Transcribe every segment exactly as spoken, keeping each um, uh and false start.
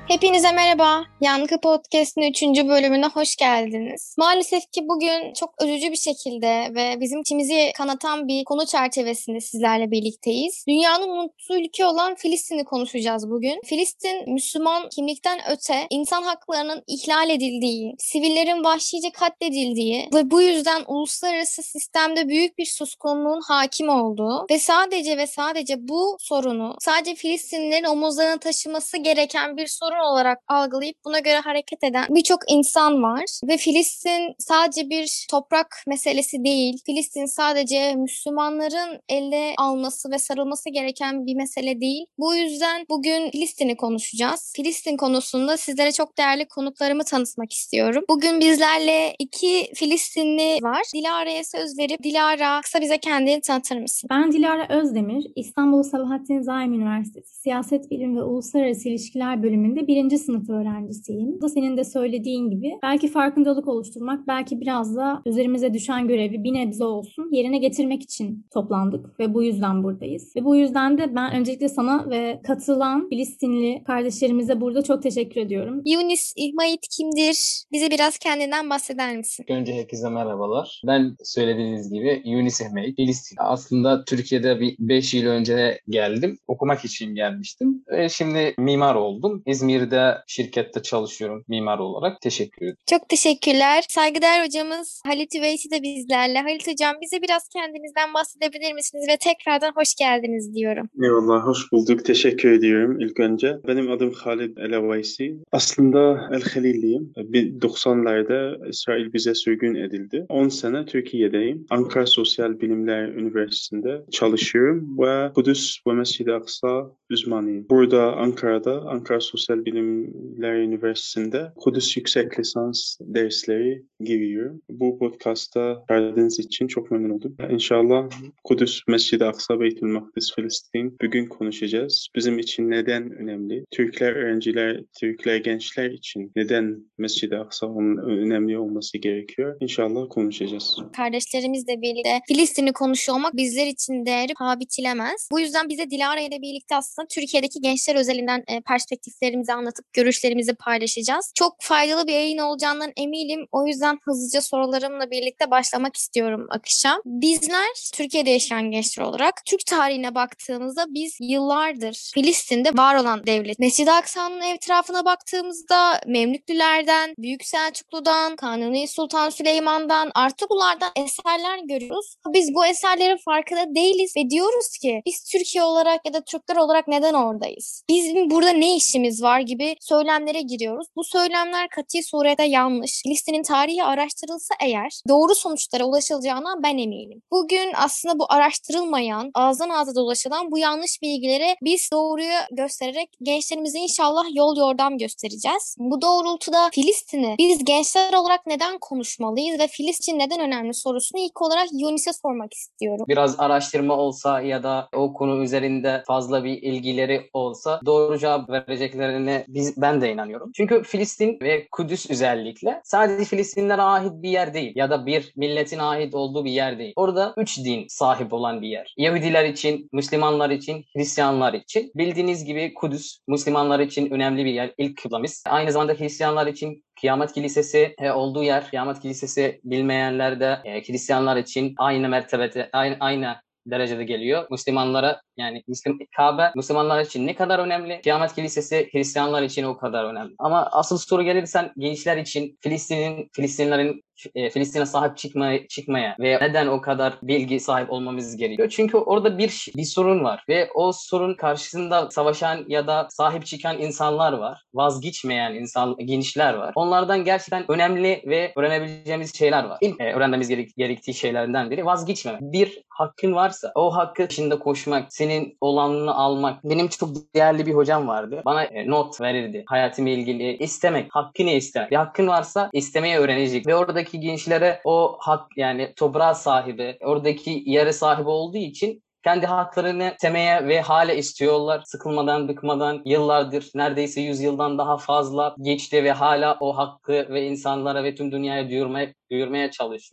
Hepinize merhaba. Yankı Podcast'ın üçüncü bölümüne hoş geldiniz. Maalesef ki bugün çok üzücü bir şekilde ve bizim içimizi kanatan bir konu çerçevesinde sizlerle birlikteyiz. Dünyanın mutlu ülke olan Filistin'i konuşacağız bugün. Filistin, Müslüman kimlikten öte insan haklarının ihlal edildiği, sivillerin vahşice katledildiği ve bu yüzden uluslararası sistemde büyük bir suskunluğun hakim olduğu ve sadece ve sadece bu sorunu sadece Filistinlilerin omuzlarına taşıması gereken bir sorun olarak algılayıp buna göre hareket eden birçok insan var. Ve Filistin sadece bir toprak meselesi değil. Filistin sadece Müslümanların elde alması ve sarılması gereken bir mesele değil. Bu yüzden bugün Filistin'i konuşacağız. Filistin konusunda sizlere çok değerli konuklarımı tanıtmak istiyorum. Bugün bizlerle iki Filistinli var. Dilara'ya söz verip Dilara kısa bize kendini tanıtır mısın? Ben Dilara Özdemir, İstanbul Sabahattin Zaim Üniversitesi Siyaset Bilimi ve Uluslararası İlişkiler bölümünde birinci sınıf öğrencisiyim. Bu da senin de söylediğin gibi belki farkındalık oluşturmak, belki biraz da üzerimize düşen görevi bir nebze olsun yerine getirmek için toplandık ve bu yüzden buradayız. Ve bu yüzden de ben öncelikle sana ve katılan Filistinli kardeşlerimize burada çok teşekkür ediyorum. Yunis İhmayit kimdir? Bize biraz kendinden bahseder misin? Önce herkese merhabalar. Ben söylediğiniz gibi Yunus Emre, Filistin. Aslında Türkiye'de bir beş yıl önce geldim. Okumak için gelmiştim. Ve şimdi mimar oldum. İzmir'de şirkette çalışıyorum mimar olarak. Teşekkür ederim. Çok teşekkürler. Saygıdeğer hocamız Halit Üveysi de bizlerle. Halit hocam bize biraz kendinizden bahsedebilir misiniz ve tekrardan hoş geldiniz diyorum. Eyvallah, hoş bulduk. Teşekkür ediyorum ilk önce. Benim adım Halid El-Eveysi. Aslında El-Halilliyim. doksanlarda İsrail bize sürgün edildi. on sene Türkiye'deyim. Ankara Sosyal Bilimler Üniversitesi'nde çalışıyorum ve Kudüs ve Mescid-i Aksa uzmanıyım. Burada Ankara'da Ankara Sosyal Bilimler Üniversitesi'nde Kudüs yüksek lisans dersleri giriyorum. Bu podcast'ta verdiğiniz için çok memnun oldum. İnşallah Kudüs, Mescid-i Aksa, Beytül Makdis, Filistin bugün konuşacağız. Bizim için neden önemli? Türkler öğrenciler, Türkler gençler için neden Mescid-i Aksa önemli olması gerekiyor? İnşallah konuşacağız. Kardeşlerimizle birlikte Filistin'i konuşuyor olmak bizler için değeri paha biçilemez. Bu yüzden bize Dilara ile birlikte aslında Türkiye'deki gençler özelinden perspektiflerimizi anlatıp görüşlerimizi paylaşacağız. Çok faydalı bir yayın olacağından eminim. O yüzden hızlıca sorularımla birlikte başlamak istiyorum akışa. Bizler Türkiye'de yaşayan gençler olarak Türk tarihine baktığımızda biz yıllardır Filistin'de var olan devlet. Mescid-i Aksa'nın etrafına baktığımızda Memlüklülerden, Büyük Selçuklu'dan, Kanuni Sultan Süleyman'dan, Artuklulardan eserler görüyoruz. Biz bu eserlerin farkında değiliz ve diyoruz ki biz Türkiye olarak ya da Türkler olarak neden oradayız? Bizim burada ne işimiz var gibi söylemlere giriyoruz. Bu söylemler kati surete yanlış. Filistin'in tarihi araştırılsa eğer doğru sonuçlara ulaşılacağına ben eminim. Bugün aslında bu araştırılmayan, ağızdan ağza dolaşılan bu yanlış bilgileri biz doğruyu göstererek gençlerimize inşallah yol yordam göstereceğiz. Bu doğrultuda Filistin'i biz gençler olarak neden konuşmalıyız ve Filistin neden önemli sorusunu ilk olarak Yunis'e sormak istiyorum. Biraz araştırma olsa ya da o konu üzerinde fazla bir ilgileri olsa doğru cevap vereceklerine biz, ben de inanıyorum. Çünkü Filistin ve Kudüs özellikle sadece Filistinlere ait bir yer değil ya da bir milletin ait olduğu bir yer değil. Orada üç din sahip olan bir yer. Yahudiler için, Müslümanlar için, Hristiyanlar için. Bildiğiniz gibi Kudüs Müslümanlar için önemli bir yer. İlk kıblemiz. Aynı zamanda Hristiyanlar için Kıyamet Kilisesi e, olduğu yer. Kıyamet Kilisesi bilmeyenler de e, Hristiyanlar için aynı mertebede, aynı, aynı derecede geliyor. Müslümanlara yani Müslüm, Kabe Müslümanlar için ne kadar önemli? Kıyamet Kilisesi Hristiyanlar için o kadar önemli. Ama asıl soru gelirsen gençler için Filistin'in Filistinlerin e, Filistin'e sahip çıkmaya, çıkmaya ve neden o kadar bilgi sahip olmamız gerekiyor? Çünkü orada bir bir sorun var ve o sorun karşısında savaşan ya da sahip çıkan insanlar var. Vazgeçmeyen insan gençler var. Onlardan gerçekten önemli ve öğrenebileceğimiz şeyler var. İlk e, öğrenmemiz gerek, gerektiği şeylerden biri vazgeçmemek. Bir hakkın varsa o hakkı içinde koşmak, senin olanını almak. Benim çok değerli bir hocam vardı. Bana e, not verirdi. Hayatımla ilgili istemek, hakkını istemek. Bir hakkın varsa istemeyi öğrenecek ve oradaki gençlere o hak yani toprağa sahibi, oradaki yere sahibi olduğu için kendi haklarını istemeye ve hala istiyorlar. Sıkılmadan, bıkmadan yıllardır, neredeyse yüz yıldan daha fazla geçti ve hala o hakkı ve insanlara ve tüm dünyaya duyurmaya, duyurmaya çalışıyorlar.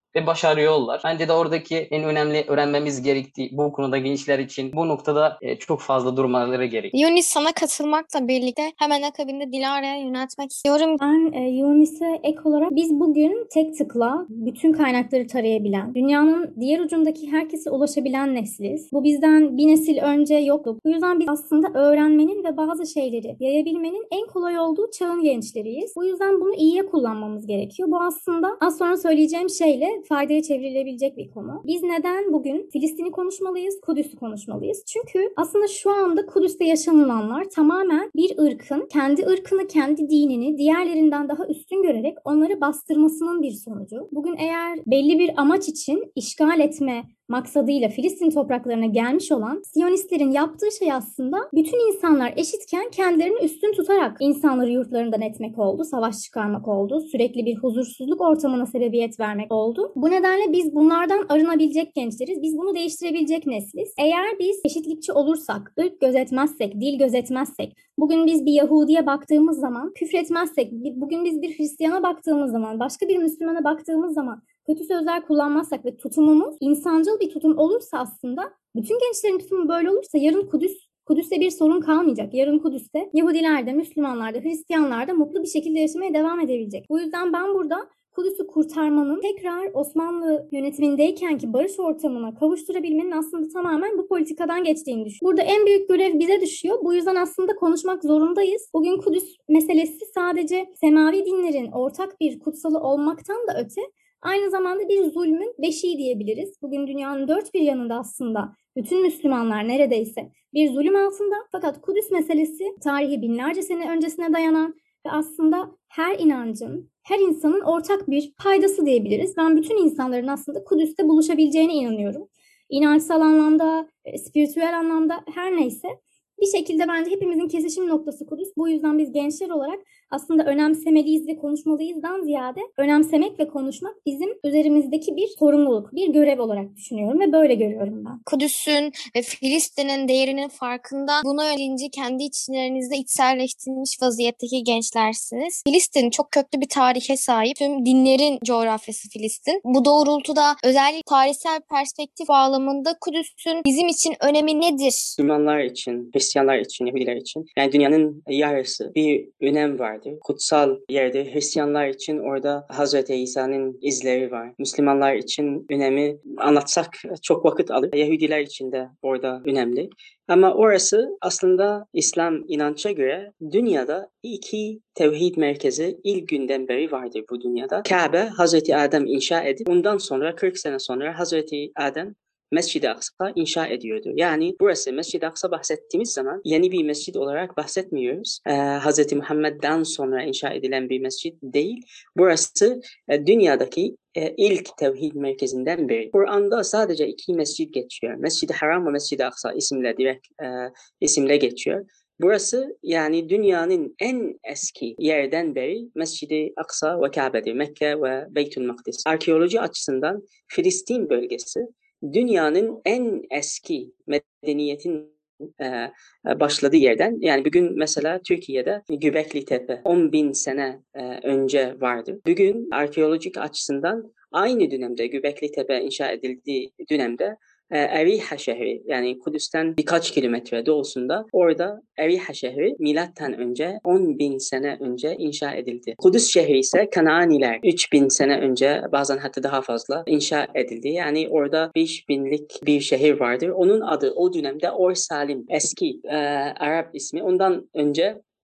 ve başarıyorlar. Bence de oradaki en önemli öğrenmemiz gerektiği bu konuda gençler için bu noktada e, çok fazla durmaları gerekiyor. Yunis, sana katılmakla birlikte hemen akabinde Dilara'ya yöneltmek istiyorum. Ben e, Yunis'e ek olarak biz bugün tek tıkla bütün kaynakları tarayabilen, dünyanın diğer ucundaki herkese ulaşabilen nesliz. Bu bizden bir nesil önce yoktu. Bu yüzden biz aslında öğrenmenin ve bazı şeyleri yayabilmenin en kolay olduğu çağın gençleriyiz. Bu yüzden bunu iyiye kullanmamız gerekiyor. Bu aslında az sonra söyleyeceğim şeyle faydaya çevrilebilecek bir konu. Biz neden bugün Filistin'i konuşmalıyız, Kudüs'ü konuşmalıyız? Çünkü aslında şu anda Kudüs'te yaşanılanlar tamamen bir ırkın kendi ırkını, kendi dinini diğerlerinden daha üstün görerek onları bastırmasının bir sonucu. Bugün eğer belli bir amaç için işgal etme maksadıyla Filistin topraklarına gelmiş olan Siyonistlerin yaptığı şey aslında bütün insanlar eşitken kendilerini üstün tutarak insanları yurtlarından etmek oldu, savaş çıkarmak oldu, sürekli bir huzursuzluk ortamına sebebiyet vermek oldu. Bu nedenle biz bunlardan arınabilecek gençleriz, biz bunu değiştirebilecek nesliz. Eğer biz eşitlikçi olursak, ırk gözetmezsek, dil gözetmezsek, bugün biz bir Yahudi'ye baktığımız zaman küfretmezsek, bugün biz bir Hristiyan'a baktığımız zaman, başka bir Müslümana baktığımız zaman kötü sözler kullanmazsak ve tutumumuz insancıl bir tutum olursa aslında bütün gençlerin tutumu böyle olursa yarın Kudüs Kudüs'te bir sorun kalmayacak. Yarın Kudüs'te Yahudiler de, Müslümanlar da, Hristiyanlar da mutlu bir şekilde yaşamaya devam edebilecek. Bu yüzden ben burada Kudüs'ü kurtarmanın tekrar Osmanlı yönetimindeykenki barış ortamına kavuşturabilmenin aslında tamamen bu politikadan geçtiğini düşünüyorum. Burada en büyük görev bize düşüyor. Bu yüzden aslında konuşmak zorundayız. Bugün Kudüs meselesi sadece semavi dinlerin ortak bir kutsalı olmaktan da öte, aynı zamanda bir zulmün beşiği diyebiliriz. Bugün dünyanın dört bir yanında aslında bütün Müslümanlar neredeyse bir zulüm altında. Fakat Kudüs meselesi tarihi binlerce sene öncesine dayanan ve aslında her inancın, her insanın ortak bir paydası diyebiliriz. Ben bütün insanların aslında Kudüs'te buluşabileceğine inanıyorum. İnançsal anlamda, spiritüel anlamda her neyse. Bir şekilde bence hepimizin kesişim noktası Kudüs. Bu yüzden biz gençler olarak aslında önemsemeliyiz ve konuşmalıyızdan ziyade önemsemek ve konuşmak bizim üzerimizdeki bir sorumluluk, bir görev olarak düşünüyorum ve böyle görüyorum ben. Kudüs'ün ve Filistin'in değerinin farkında, buna yönelince kendi içlerinizde içselleştirilmiş vaziyetteki gençlersiniz. Filistin çok köklü bir tarihe sahip. Tüm dinlerin coğrafyası Filistin. Bu doğrultuda özellikle tarihsel perspektif bağlamında Kudüs'ün bizim için önemi nedir? Müslümanlar için, Hristiyanlar için, Yahudiler için yani dünyanın yarısı bir önem vardır. Kutsal yerde Hristiyanlar için orada Hazreti İsa'nın izleri var. Müslümanlar için önemi anlatsak çok vakit alır. Yahudiler için de orada önemli. Ama orası aslında İslam inança göre dünyada iki tevhid merkezi ilk günden beri vardır bu dünyada. Kabe Hazreti Adem inşa edip ondan sonra kırk sene sonra Hazreti Adem Mescid-i Aksa inşa ediyordu. Yani burası Mescid-i Aksa bahsettiğimiz zaman yeni bir mescid olarak bahsetmiyoruz. Ee, Hz. Muhammed'den sonra inşa edilen bir mescid değil. Burası e, dünyadaki e, ilk tevhid merkezinden biri. Kur'an'da sadece iki mescid geçiyor. Mescid-i Haram ve Mescid-i Aksa isimle direkt e, isimle geçiyor. Burası yani dünyanın en eski yerden beri Mescid-i Aksa ve Kabe'dir. Mekke ve Beytül Makdis. Arkeoloji açısından Filistin bölgesi dünyanın en eski medeniyetin e, başladığı yerden, yani bugün mesela Türkiye'de Göbekli Tepe on bin sene e, önce vardı. Bugün arkeolojik açısından aynı dönemde Göbekli Tepe inşa edildiği dönemde Eriha şehri, yani Kudüs'ten birkaç kilometre doğusunda, orada Eriha şehri milattan önce on bin sene önce inşa edildi. Kudüs şehri ise Kanaaniler üç bin sene önce, bazen hatta daha fazla inşa edildi. Yani orada beş binlik bir şehir vardır. Onun adı o dönemde Or Salim, eski e, Arap ismi. Ondan önce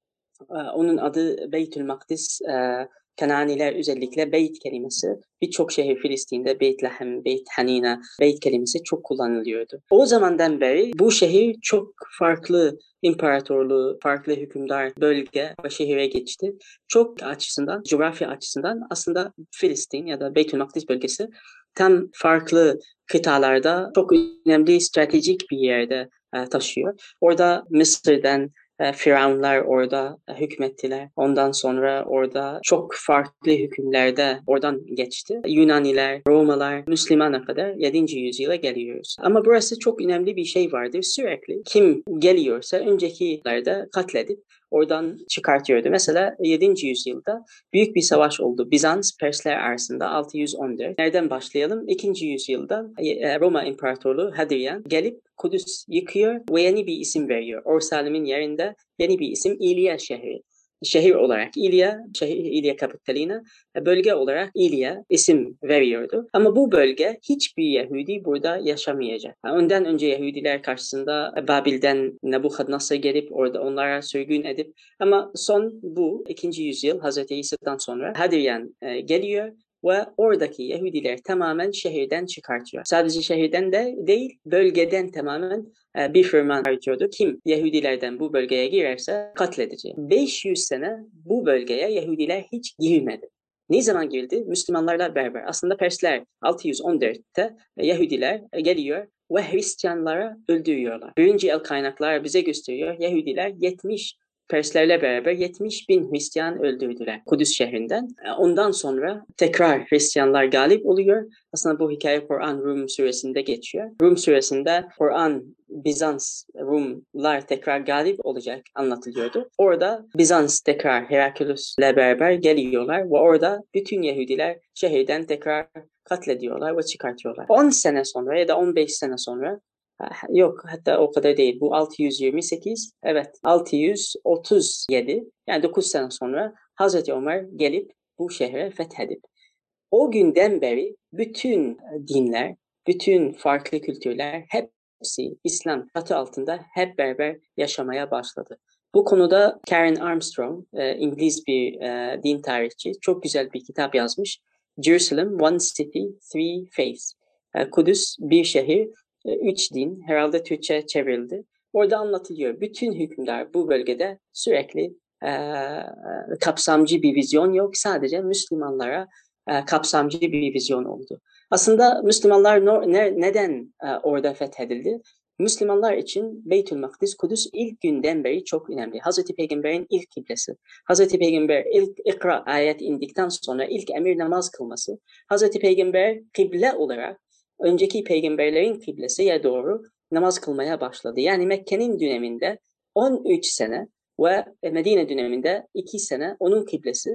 e, onun adı Beytül Makdis. e, Kanaaniler özellikle Beyt kelimesi birçok şehir Filistin'de Beytlehem, Beyt Hanina, Beyt kelimesi çok kullanılıyordu. O zamandan beri bu şehir çok farklı imparatorluğu, farklı hükümdar bölge ve şehire geçti. Çok açısından, coğrafya açısından aslında Filistin ya da Beytül Makdis bölgesi tam farklı kıtalarda çok önemli stratejik bir yerde e, taşıyor. Orada Mısır'dan E, Firavunlar orada e, hükmettiler. Ondan sonra orada çok farklı hükümlerde oradan geçti. Yunaniler, Romalar, Müslümana kadar yedinci yüzyıla geliyoruz. Ama burası çok önemli bir şey vardır. Sürekli kim geliyorsa öncekilerde katledip oradan çıkartıyordu. Mesela yedinci yüzyılda büyük bir savaş oldu Bizans Persler arasında altı yüz on dört. Nereden başlayalım? ikinci yüzyılda Roma İmparatorluğu Hadrian gelip Kudüs yıkıyor ve yeni bir isim veriyor. Orsalim'in yerinde yeni bir isim İlya şehri. Şehir olarak İlya, şehir İlya Kapitalina, bölge olarak İlya isim veriyordu. Ama bu bölge hiçbir Yahudi burada yaşamayacak. Ondan önce Yahudiler karşısında Babil'den Nebuchadnezzar gelip orada onlara sürgün edip ama son bu ikinci yüzyıl Hazreti İsa'dan sonra Hadrian e, geliyor ve oradaki Yahudiler tamamen şehirden çıkartıyor. Sadece şehirden de değil, bölgeden tamamen e, bir ferman çıkartıyordu. Kim Yahudilerden bu bölgeye girerse katledecek. beş yüz sene bu bölgeye Yahudiler hiç girmedi. Ne zaman girdi? Müslümanlarla beraber. Aslında Persler altı yüz on dörtte Yahudiler geliyor ve Hristiyanlara öldürüyorlar. Birinci el kaynaklar bize gösteriyor. Yahudiler yetmiş Perslerle beraber yetmiş bin Hristiyan öldürdüler Kudüs şehrinden. Ondan sonra tekrar Hristiyanlar galip oluyor. Aslında bu hikaye Kur'an Rum suresinde geçiyor. Rum suresinde Kur'an Bizans, Rumlar tekrar galip olacak anlatılıyordu. Orada Bizans tekrar Heraklius'le beraber geliyorlar ve orada bütün Yahudiler şehirden tekrar katlediyorlar ve çıkartıyorlar. on sene sonra ya da on beş sene sonra yok hatta o kadar değil. Bu altı yüz yirmi sekiz, evet altı yüz otuz yedi yani dokuz sene sonra Hazreti Ömer gelip bu şehre fethedip o günden beri bütün dinler, bütün farklı kültürler hepsi İslam çatı altında hep beraber yaşamaya başladı. Bu konuda Karen Armstrong, e, İngiliz bir e, din tarihçi, çok güzel bir kitap yazmış. Jerusalem, One City, Three Faiths. E, Kudüs, bir şehir, üç din, herhalde Türkçe çevrildi. Orada anlatılıyor. Bütün hükümdar bu bölgede sürekli e, kapsamcı bir vizyon yok. Sadece Müslümanlara e, kapsamcı bir vizyon oldu. Aslında Müslümanlar no, ne, neden e, orada fethedildi? Müslümanlar için Beytül Makdis, Kudüs ilk günden beri çok önemli. Hazreti Peygamber'in ilk kıblesi. Hazreti Peygamber ilk ikra ayet indikten sonra ilk emir namaz kılması. Hazreti Peygamber kıble olarak önceki peygamberlerin kıblesiye doğru namaz kılmaya başladı. Yani Mekke'nin döneminde on üç sene ve Medine döneminde iki sene onun kıblesi,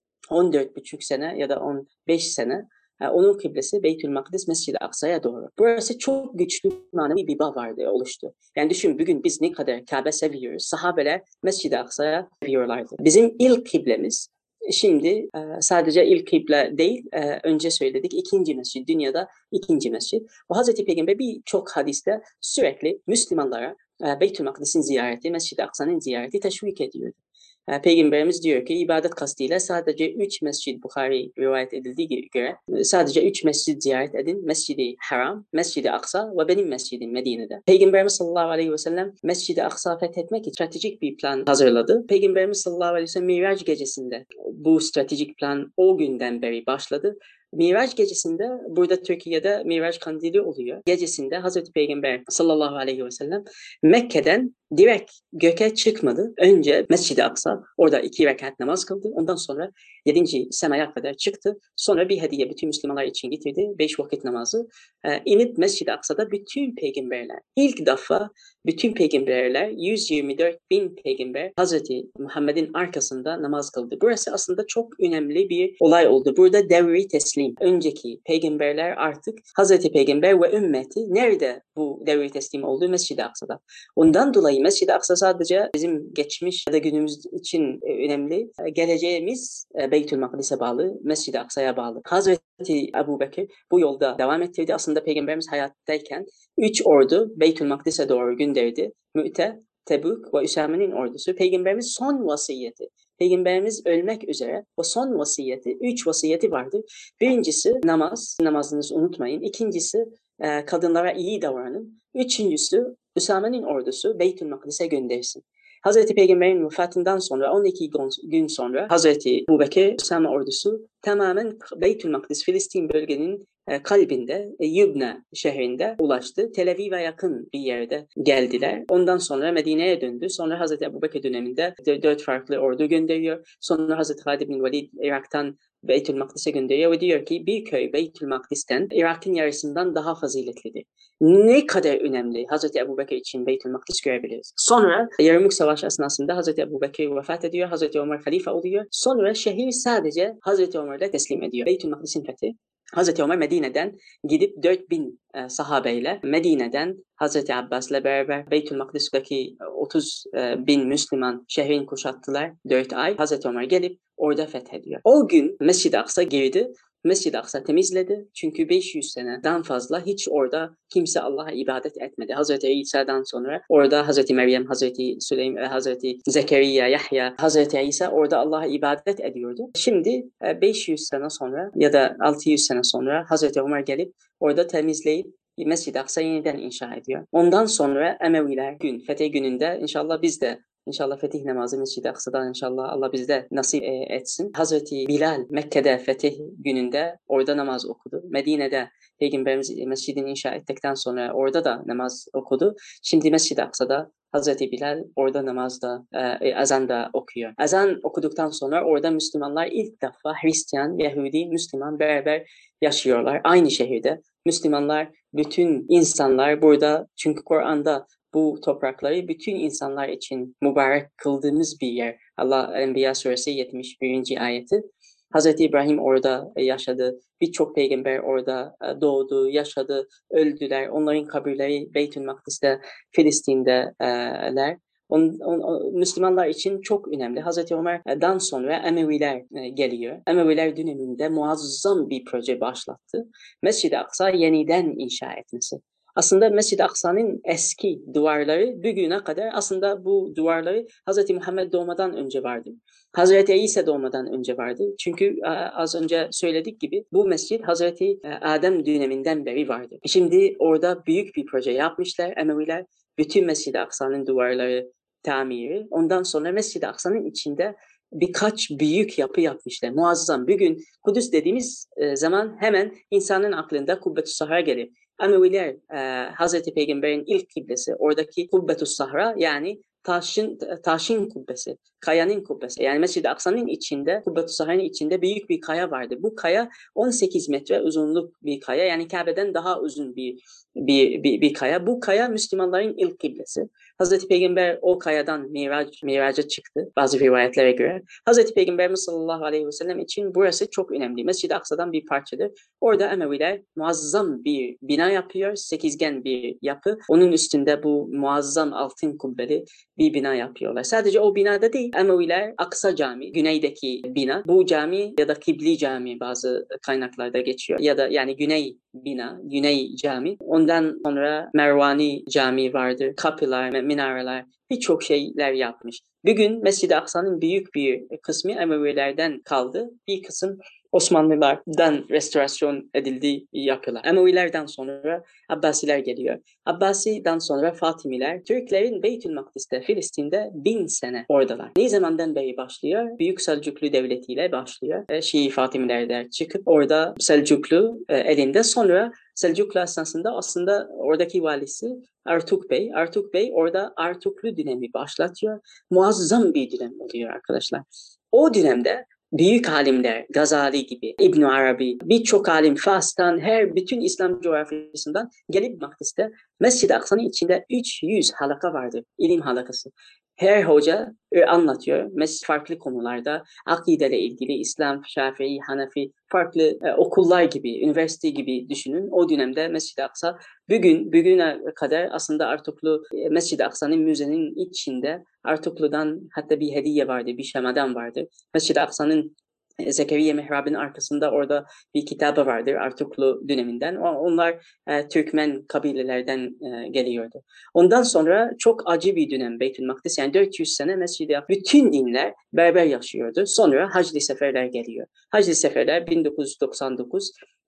on dört buçuk sene ya da on beş sene onun kıblesi Beytül Makdis Mescid-i Aksa'ya doğru. Burası çok güçlü manevi bir bağ vardı, oluştu. Yani düşün bugün biz ne kadar Kabe seviyoruz, sahabeler Mescid-i Aksa'ya seviyorlardı. Bizim ilk kıblemiz şimdi sadece ilk kıble değil, önce söyledik ikinci mescid, dünyada ikinci mescid. O Hazreti Peygamber birçok hadiste sürekli Müslümanlara Beytül Makdis'in ziyareti, Mescid-i Aksa'nın ziyareti teşvik ediyordu. Peygamberimiz diyor ki ibadet kastıyla sadece üç mescid, Bukhari rivayet edildiği göre sadece üç mescid ziyaret edin. Mescid-i Haram, Mescid-i Aksa ve benim mescidim Medine'de. Peygamberimiz sallallahu aleyhi ve sellem Mescid-i Aksa fethetmek için stratejik bir plan hazırladı. Peygamberimiz sallallahu aleyhi ve sellem Miraç gecesinde bu stratejik plan o günden beri başladı. Miraç gecesinde, burada Türkiye'de Miraç kandili oluyor. Gecesinde Hazreti Peygamber sallallahu aleyhi ve sellem Mekke'den direkt göke çıkmadı. Önce Mescid-i Aksa, orada iki rekat namaz kıldı. Ondan sonra yedinci semaya kadar çıktı. Sonra bir hediye bütün Müslümanlar için getirdi. Beş vakit namazı. Ee, inip Mescid-i Aksa'da bütün peygamberler, ilk defa bütün peygamberler, yüz yirmi dört bin peygamber Hazreti Muhammed'in arkasında namaz kıldı. Burası aslında çok önemli bir olay oldu. Burada devri teslim. Önceki peygamberler artık Hazreti Peygamber ve ümmeti nerede bu devri teslim oldu? Mescid-i Aksa'da. Ondan dolayı Mescid-i Aksa sadece bizim geçmiş ya da günümüz için önemli. Geleceğimiz Beytül Makdis'e bağlı, Mescid-i Aksa'ya bağlı. Hazreti Ebu Bekir bu yolda devam ettirdi. Aslında Peygamberimiz hayattayken üç ordu Beytül Makdis'e doğru gönderdi. Mü'te, Tebük ve Üsame'nin ordusu. Peygamberimiz son vasiyeti. Peygamberimiz ölmek üzere o son vasiyeti, üç vasiyeti vardı. Birincisi namaz, namazınızı unutmayın. İkincisi kadınlara iyi davranın. Üçüncüsü Üsame'nin ordusu Beytül Makdis'e göndersin. Hazreti Peygamber'in vefatından sonra on iki gün sonra Hazreti Ebu Bekir Üsame ordusu tamamen Beytül Makdis, Filistin bölgenin e, kalbinde e, Yubna şehrinde ulaştı. Tel Aviv'e yakın bir yerde geldiler. Ondan sonra Medine'ye döndü. Sonra Hazreti Ebubekir döneminde dört farklı ordu gönderiyor. Sonra Hazreti Halid bin Velid Irak'tan Beytül Makdis'e gönderiyor ve diyor ki bir köy Beytül Makdis'ten Irak'ın yarısından daha faziletlidir. Ne kadar önemli Hazreti Ebubekir için Beytül Makdis görebiliriz. Sonra Yarmuk Savaşı esnasında Hazreti Ebubekir vefat ediyor. Hazreti Ömer halife oluyor. Sonra şehir sadece Hazreti Ömer'e teslim ediyor. Beytül Makdis'in fethi. Hazreti Ömer Medine'den gidip dört bin e, sahabeyle Medine'den Hazreti Abbas'la beraber Beytül Makdis'teki otuz e, bin Müslüman şehrin kuşattılar dört ay. Hazreti Ömer gelip orada fethediyor. O gün Mescid-i Aksa girdi. Mescid-i Aksa temizledi. Çünkü beş yüz seneden fazla hiç orada kimse Allah'a ibadet etmedi. Hazreti İsa'dan sonra orada Hazreti Meryem, Hazreti Süleyman, Hazreti Zekeriya, Yahya, Hazreti İsa orada Allah'a ibadet ediyordu. Şimdi beş yüz sene sonra ya da altı yüz sene sonra Hazreti Ömer gelip orada temizleyip Mescid-i Aksa yeniden inşa ediyor. Ondan sonra Emeviler gün, fetih gününde inşallah biz de İnşallah fetih namazı Mescid-i Aksa'dan inşallah Allah bizde nasip etsin. Hazreti Bilal Mekke'de fetih gününde orada namaz okudu. Medine'de Peygamberimiz mescidini inşa ettikten sonra orada da namaz okudu. Şimdi Mescid-i Aksa'da Hazreti Bilal orada namazda, e, azanda okuyor. Azan okuduktan sonra orada Müslümanlar ilk defa Hristiyan, Yahudi, Müslüman beraber yaşıyorlar. Aynı şehirde Müslümanlar, bütün insanlar burada çünkü Kur'an'da bu toprakları bütün insanlar için mübarek kıldığımız bir yer. Allah Enbiya suresi yetmiş birinci ayeti. Hazreti İbrahim orada yaşadı. Birçok peygamber orada doğdu, yaşadı, öldüler. Onların kabirleri Beytül Makdis'te, Filistin'deler. On, on, Müslümanlar için çok önemli. Hazreti Ömer'den sonra Emeviler geliyor. Emeviler döneminde muazzam bir proje başlattı. Mescid-i Aksa yeniden inşa etmesi. Aslında Mescid-i Aksa'nın eski duvarları bugüne kadar aslında bu duvarları Hazreti Muhammed doğmadan önce vardı. Hazreti İsa doğmadan önce vardı. Çünkü az önce söyledik gibi bu mescid Hazreti Adem döneminden beri vardı. Şimdi orada büyük bir proje yapmışlar Emeviler. Bütün Mescid-i Aksa'nın duvarları tamiri. Ondan sonra Mescid-i Aksa'nın içinde birkaç büyük yapı yapmışlar. Muazzam. Bugün Kudüs dediğimiz zaman hemen insanın aklında Kubbetü Sahra gelir. Emeviler e, Hazreti Peygamber'in ilk kiblesi, oradaki Kubbetü Sahra yani taşın taşın kubbesi, kayanın kubbesi. Yani Mescid-i Aksa'nın içinde, Kubbetü Sahra'nın içinde büyük bir kaya vardı. Bu kaya on sekiz metre uzunluk bir kaya. Yani Kabe'den daha uzun bir bir, bir bir kaya. Bu kaya Müslümanların ilk kiblesi. Hazreti Peygamber o kayadan Mirac, Miraca çıktı bazı rivayetlere göre. Hazreti Peygamberimiz sallallahu aleyhi ve sellem için burası çok önemli. Mescid-i Aksa'dan bir parçadır. Orada Emeviler muazzam bir bina yapıyor. Sekizgen bir yapı. Onun üstünde bu muazzam altın kubbeli bir bina yapıyorlar. Sadece o binada değil. Emeviler Aksa Camii, güneydeki bina. Bu cami ya da Kibli Camii bazı kaynaklarda geçiyor. Ya da yani güney bina, güney cami. Ondan sonra Mervani Camii vardır. Kapılar, minareler, birçok şeyler yapmış. Bugün Mescid-i Aksa'nın büyük bir kısmı Emevilerden kaldı. Bir kısım Osmanlılardan restorasyon edildiği yapılar. Emevilerden sonra Abbasiler geliyor. Abbasi'den sonra Fatimiler. Türklerin Beytül Makdis'te, Filistin'de bin sene oradalar. Ne zamandan beri başlıyor? Büyük Selçuklu Devleti'yle başlıyor. Şii Fatimilerden çıkıp orada Selçuklu elinde. Sonra Selçuklu esnasında aslında oradaki valisi Artuk Bey. Artuk Bey orada Artuklu dönemi başlatıyor. Muazzam bir dönem oluyor arkadaşlar. O dönemde büyük alimler, Gazali gibi, İbn Arabi, birçok alim Fas'tan, her bütün İslam coğrafyasından gelip Makdis'te Mescid-i Aksa'nın içinde üç yüz halaka vardı, ilim halakası. Her hoca anlatıyor farklı konularda, akideyle ilgili İslam, Şafii, Hanefi, farklı e, okullar gibi, üniversite gibi düşünün. O dönemde Mescid-i Aksa bugün bugüne kadar aslında Artuklu e, Mescid-i Aksa'nın müzenin içinde Artuklu'dan hatta bir hediye vardı, bir şemadan vardı. Mescid-i Aksa'nın Zekeriya Mihrab'ın arkasında orada bir kitabı vardır Artuklu döneminden. Onlar e, Türkmen kabilelerden e, geliyordu. Ondan sonra çok acı bir dönem Beytül Makdis. Yani dört yüz sene Mescid-i Aksa bütün dinler beraber yaşıyordu. Sonra Hacli Seferler geliyor. Hacli Seferler bin dokuz yüz doksan dokuz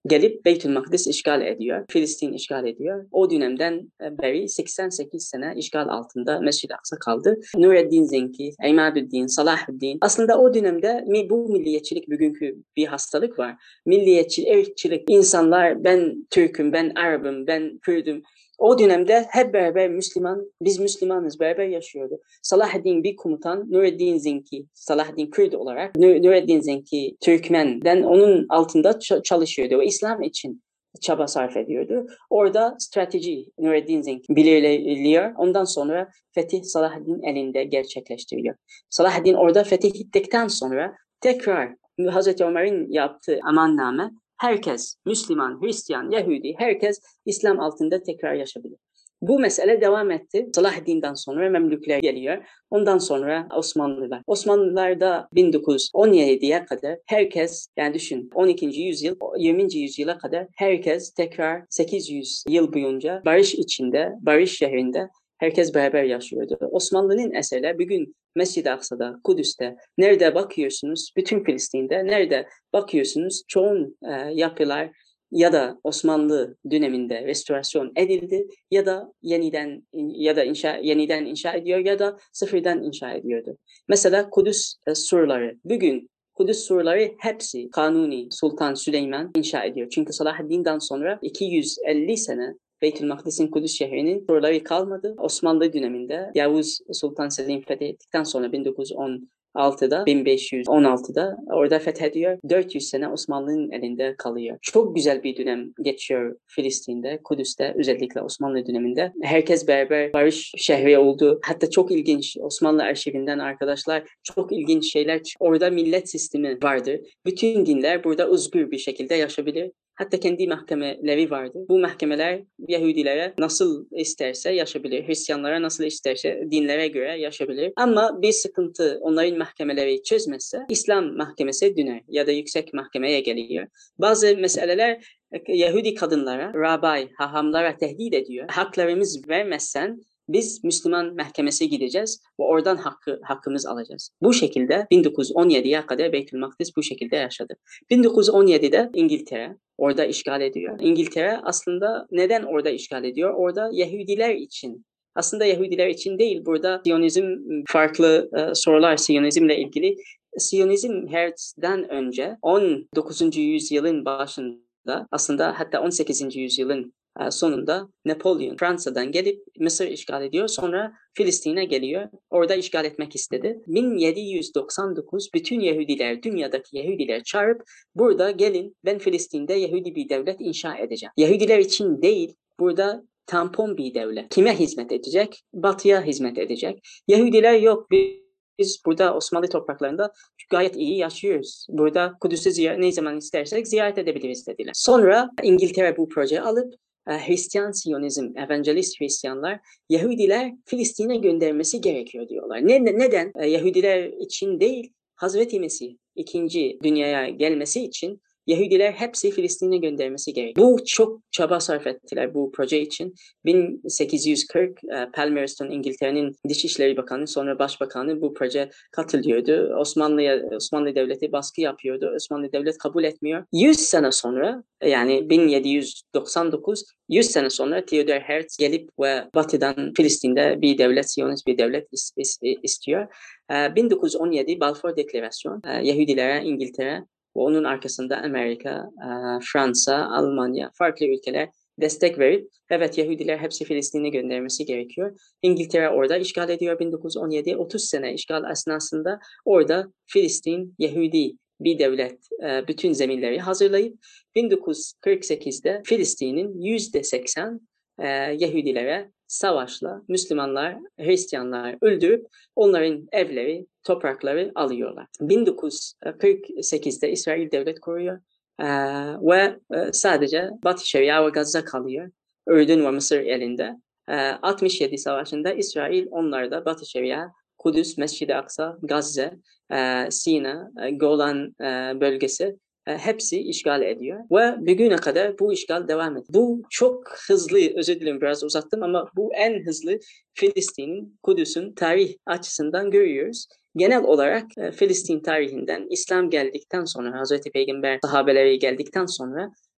gelip Beytülmakdis işgal ediyor. Filistin işgal ediyor. O dönemden beri seksen sekiz sene işgal altında Mescid-i Aksa kaldı. Nureddin Zenki, İmaduddin, Salahuddin. Aslında o dönemde bu milliyetçilik bugünkü bir hastalık var. Milliyetçi, ırkçılık, insanlar ben Türk'üm, ben Arap'ım, ben Kürd'üm. O dönemde hep beraber Müslüman, biz Müslümanız, beraber yaşıyordu. Salahuddin bir komutan, Nureddin Zenki, Salahuddin Kürt olarak, Nureddin Zenki Türkmen'den onun altında çalışıyordu ve İslam için çaba sarf ediyordu. Orada strateji Nureddin Zenki belirliyor. Ondan sonra fetih Salahuddin elinde gerçekleştiriyor. Salahuddin orada fetih ettikten sonra tekrar Hazreti Ömer'in yaptığı amanname, herkes, Müslüman, Hristiyan, Yahudi, herkes İslam altında tekrar yaşabilir. Bu mesele devam etti. Salahuddin'den sonra Memlükler geliyor. Ondan sonra Osmanlılar. Osmanlılar'da bin dokuz yüz on yediye kadar herkes, yani düşün on ikinci yüzyıl, yirminci yüzyıla kadar herkes tekrar sekiz yüz yıl boyunca barış içinde, barış şehrinde herkes beraber yaşıyordu. Osmanlı'nın eserleri bugün Mescid-i Aksa'da, Kudüs'te, nerede bakıyorsunuz, bütün Filistin'de, nerede bakıyorsunuz, çoğun e, yapılar ya da Osmanlı döneminde restorasyon edildi ya da yeniden ya da inşa yeniden inşa ediyor ya da sıfırdan inşa ediyordu. Mesela Kudüs e, surları. Bugün Kudüs surları hepsi Kanuni Sultan Süleyman inşa ediyor. Çünkü Salahuddin'den sonra iki yüz elli sene Beytülmakdis'in Kudüs şehrinin surları kalmadı. Osmanlı döneminde Yavuz Sultan Selim fethettikten sonra bin dokuz yüz on altıda, bin beş yüz on altıda orada fethediyor. dört yüz sene Osmanlı'nın elinde kalıyor. Çok güzel bir dönem geçiyor Filistin'de, Kudüs'te, özellikle Osmanlı döneminde. Herkes beraber barış şehri oldu. Hatta çok ilginç, Osmanlı arşivinden arkadaşlar çok ilginç şeyler. Orada millet sistemi vardır. Bütün dinler burada özgür bir şekilde yaşayabilir. Hatta kendi mahkemeleri vardı. Bu mahkemeler Yahudilere nasıl isterse yaşayabilir, Hristiyanlara nasıl isterse dinlere göre yaşayabilir. Ama bir sıkıntı onların mahkemeleri çözmezse İslam mahkemesi döner ya da yüksek mahkemeye geliyor. Bazı meseleler Yahudi kadınlara, rabay, hahamlara tehdit ediyor. Haklarımız vermezsen biz Müslüman mahkemesi gideceğiz ve oradan hakkı, hakkımız alacağız. Bu şekilde bin dokuz yüz on yediye kadar Beytülmakdis bu şekilde yaşadı. bin dokuz yüz on yedide İngiltere orada işgal ediyor. İngiltere aslında neden orada işgal ediyor? Orada Yahudiler için. Aslında Yahudiler için değil. Burada Siyonizm farklı uh, sorular Siyonizmle ilgili. Siyonizm Herzl'den önce on dokuzuncu yüzyılın başında, aslında hatta on sekizinci yüzyılın sonunda Napolyon Fransa'dan gelip Mısır işgal ediyor. Sonra Filistin'e geliyor. Orada işgal etmek istedi. bin yedi yüz doksan dokuz bütün Yahudiler, dünyadaki Yahudiler çağırıp burada gelin ben Filistin'de Yahudi bir devlet inşa edeceğim. Yahudiler için değil, burada tampon bir devlet. Kime hizmet edecek? Batı'ya hizmet edecek. Yahudiler yok. Biz burada Osmanlı topraklarında gayet iyi yaşıyoruz. Burada Kudüs'ü ziyaret, ne zaman istersek ziyaret edebiliriz dediler. Sonra İngiltere bu projeyi alıp Hristiyan Siyonizm, evangelist Hristiyanlar, Yahudiler Filistin'e göndermesi gerekiyor diyorlar. Ne, neden? Yahudiler için değil, Hazreti Mesih ikinci dünyaya gelmesi için Yahudiler hepsi Filistin'e göndermesi gerekiyor. Bu çok çaba sarf ettiler bu proje için. bin sekiz yüz kırk Palmerston, İngiltere'nin Dışişleri Bakanı, sonra Başbakanı bu proje katılıyordu. Osmanlı'ya, Osmanlı Devleti baskı yapıyordu. Osmanlı Devlet kabul etmiyor. yüz sene sonra, yani bin yedi yüz doksan dokuz, yüz sene sonra Theodor Herzl gelip ve Batı'dan Filistin'de bir devlet, Siyonist bir devlet is, is, istiyor. bin dokuz yüz on yedi Balfour Deklarasyon, Yahudilere İngiltere ve onun arkasında Amerika, Fransa, Almanya, farklı ülkeler destek verip evet Yahudiler hepsi Filistin'e göndermesi gerekiyor. İngiltere orada işgal ediyor bin dokuz yüz on yedi, otuz sene işgal esnasında orada Filistin, Yahudi bir devlet bütün zeminleri hazırlayıp bin dokuz yüz kırk sekizde Filistin'in yüzde seksen Yahudilere savaşla Müslümanlar, Hristiyanlar öldürüp onların evleri, toprakları alıyorlar. bin dokuz yüz kırk sekizde İsrail devlet kuruyor ee, ve e, sadece Batı Şeria ve Gazze kalıyor. Ürdün ve Mısır elinde. Ee, altmış yedi savaşında İsrail onlarda Batı Şeria, Kudüs, Mescid-i Aksa, Gazze, e, Sina, e, Golan e, bölgesi hepsi işgal ediyor ve bugüne kadar bu işgal devam ediyor. Bu çok hızlı, özür dilerim biraz uzattım ama bu en hızlı Filistin'in, Kudüs'ün tarih açısından görüyoruz. Genel olarak Filistin tarihinden İslam geldikten sonra, Hazreti Peygamber sahabeleri geldikten sonra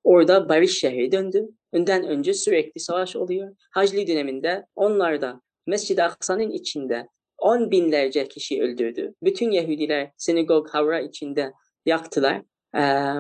orada barış şehri döndü. Önden önce sürekli savaş oluyor. Hacli döneminde onlar da Mescid-i Aksa'nın içinde on binlerce kişi öldürdü. Bütün Yahudiler sinagog havra içinde yaktılar. Ee,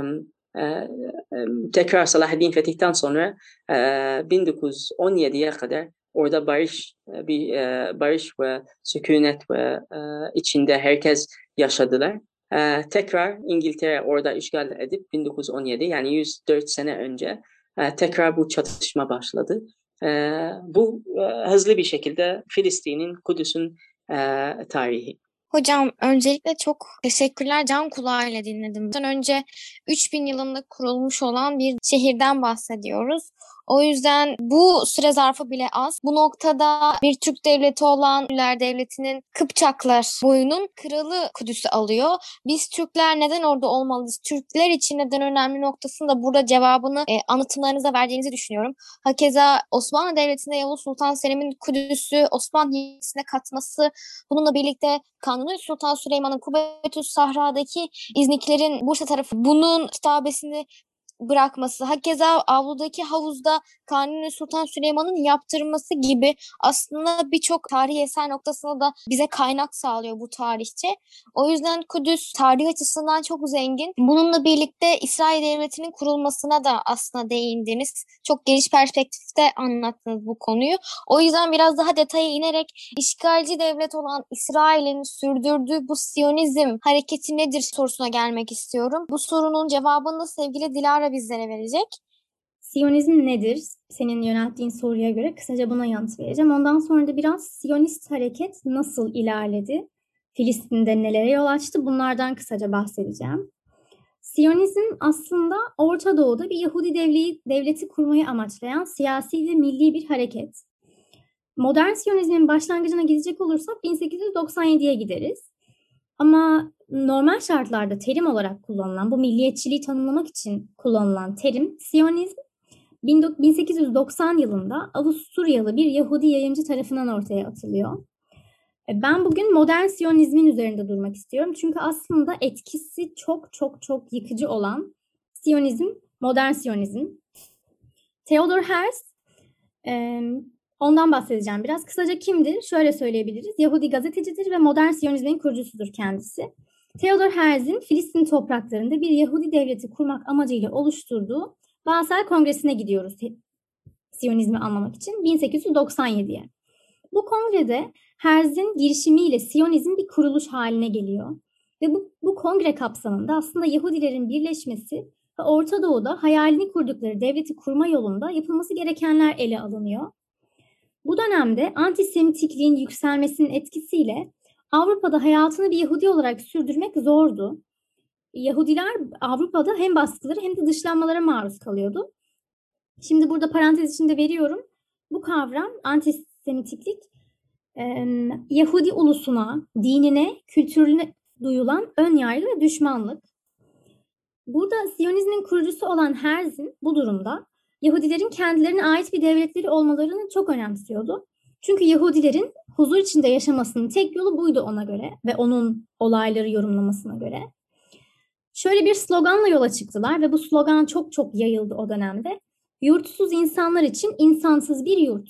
e, tekrar Salahaddin fetihten sonra e, bin dokuz yüz on yediye kadar orada barış bir e, barış ve sükunet ve e, içinde herkes yaşadılar. E, tekrar İngiltere orada işgal edip bin dokuz yüz on yedi yani yüz dört sene önce e, tekrar bu çatışma başladı. E, bu e, hızlı bir şekilde Filistin'in, Kudüs'ün e, tarihi. Hocam öncelikle çok teşekkürler. Can kulağıyla dinledim. Bundan önce üç bin yılında kurulmuş olan bir şehirden bahsediyoruz. O yüzden bu süre zarfı bile az. Bu noktada bir Türk devleti olan Türkler Devleti'nin Kıpçaklar boyunun kralı Kudüs'ü alıyor. Biz Türkler neden orada olmalıyız? Türkler için neden önemli noktasını da burada cevabını e, anlatımlarınıza verdiğinizi düşünüyorum. Hakeza Osmanlı Devleti'nde Yavuz Sultan Selim'in Kudüs'ü Osmanlı Hilyesi'ne katması, bununla birlikte Kanuni Sultan Süleyman'ın Kubbetüs Sahra'daki İzniklerin Bursa tarafı bunun kitabesini bırakması, hakeza avludaki havuzda Kanuni Sultan Süleyman'ın yaptırması gibi aslında birçok tarihi eser noktasında da bize kaynak sağlıyor bu tarihçe. O yüzden Kudüs tarih açısından çok zengin. Bununla birlikte İsrail Devleti'nin kurulmasına da aslında değindiniz. Çok geniş perspektifte anlattınız bu konuyu. O yüzden biraz daha detaya inerek işgalci devlet olan İsrail'in sürdürdüğü bu Siyonizm hareketi nedir sorusuna gelmek istiyorum. Bu sorunun cevabını da sevgili Dilara bizlere verecek. Siyonizm nedir? Senin yönelttiğin soruya göre kısaca buna yanıt vereceğim. Ondan sonra da biraz Siyonist hareket nasıl ilerledi? Filistin'de nelere yol açtı? Bunlardan kısaca bahsedeceğim. Siyonizm aslında Orta Doğu'da bir Yahudi devleti, devleti kurmayı amaçlayan siyasi ve milli bir hareket. Modern Siyonizmin başlangıcına gidecek olursak bin sekiz yüz doksan yediye gideriz. Ama normal şartlarda terim olarak kullanılan, bu milliyetçiliği tanımlamak için kullanılan terim Siyonizm bin sekiz yüz doksan yılında Avusturyalı bir Yahudi yayıncı tarafından ortaya atılıyor. Ben bugün modern Siyonizmin üzerinde durmak istiyorum. Çünkü aslında etkisi çok çok çok yıkıcı olan Siyonizm, modern Siyonizm. Theodor Herzl, ondan bahsedeceğim biraz. Kısaca kimdir? Şöyle söyleyebiliriz. Yahudi gazetecidir ve modern Siyonizmin kurucusudur kendisi. Theodor Herzl'in Filistin topraklarında bir Yahudi devleti kurmak amacıyla oluşturduğu Basel Kongresi'ne gidiyoruz Siyonizmi anlamak için bin sekiz yüz doksan yediye. Bu kongrede Herzl'in girişimiyle Siyonizm bir kuruluş haline geliyor. Ve bu, bu kongre kapsamında aslında Yahudilerin birleşmesi ve Orta Doğu'da hayalini kurdukları devleti kurma yolunda yapılması gerekenler ele alınıyor. Bu dönemde antisemitikliğin yükselmesinin etkisiyle Avrupa'da hayatını bir Yahudi olarak sürdürmek zordu. Yahudiler Avrupa'da hem baskıları hem de dışlanmalara maruz kalıyordu. Şimdi burada parantez içinde veriyorum. Bu kavram antisemitiklik Yahudi ulusuna, dinine, kültürüne duyulan ön yargı ve düşmanlık. Burada Siyonizmin kurucusu olan Herzl bu durumda Yahudilerin kendilerine ait bir devletleri olmalarını çok önemsiyordu. Çünkü Yahudilerin huzur içinde yaşamasının tek yolu buydu ona göre ve onun olayları yorumlamasına göre. Şöyle bir sloganla yola çıktılar ve bu slogan çok çok yayıldı o dönemde. Yurtsuz insanlar için insansız bir yurt.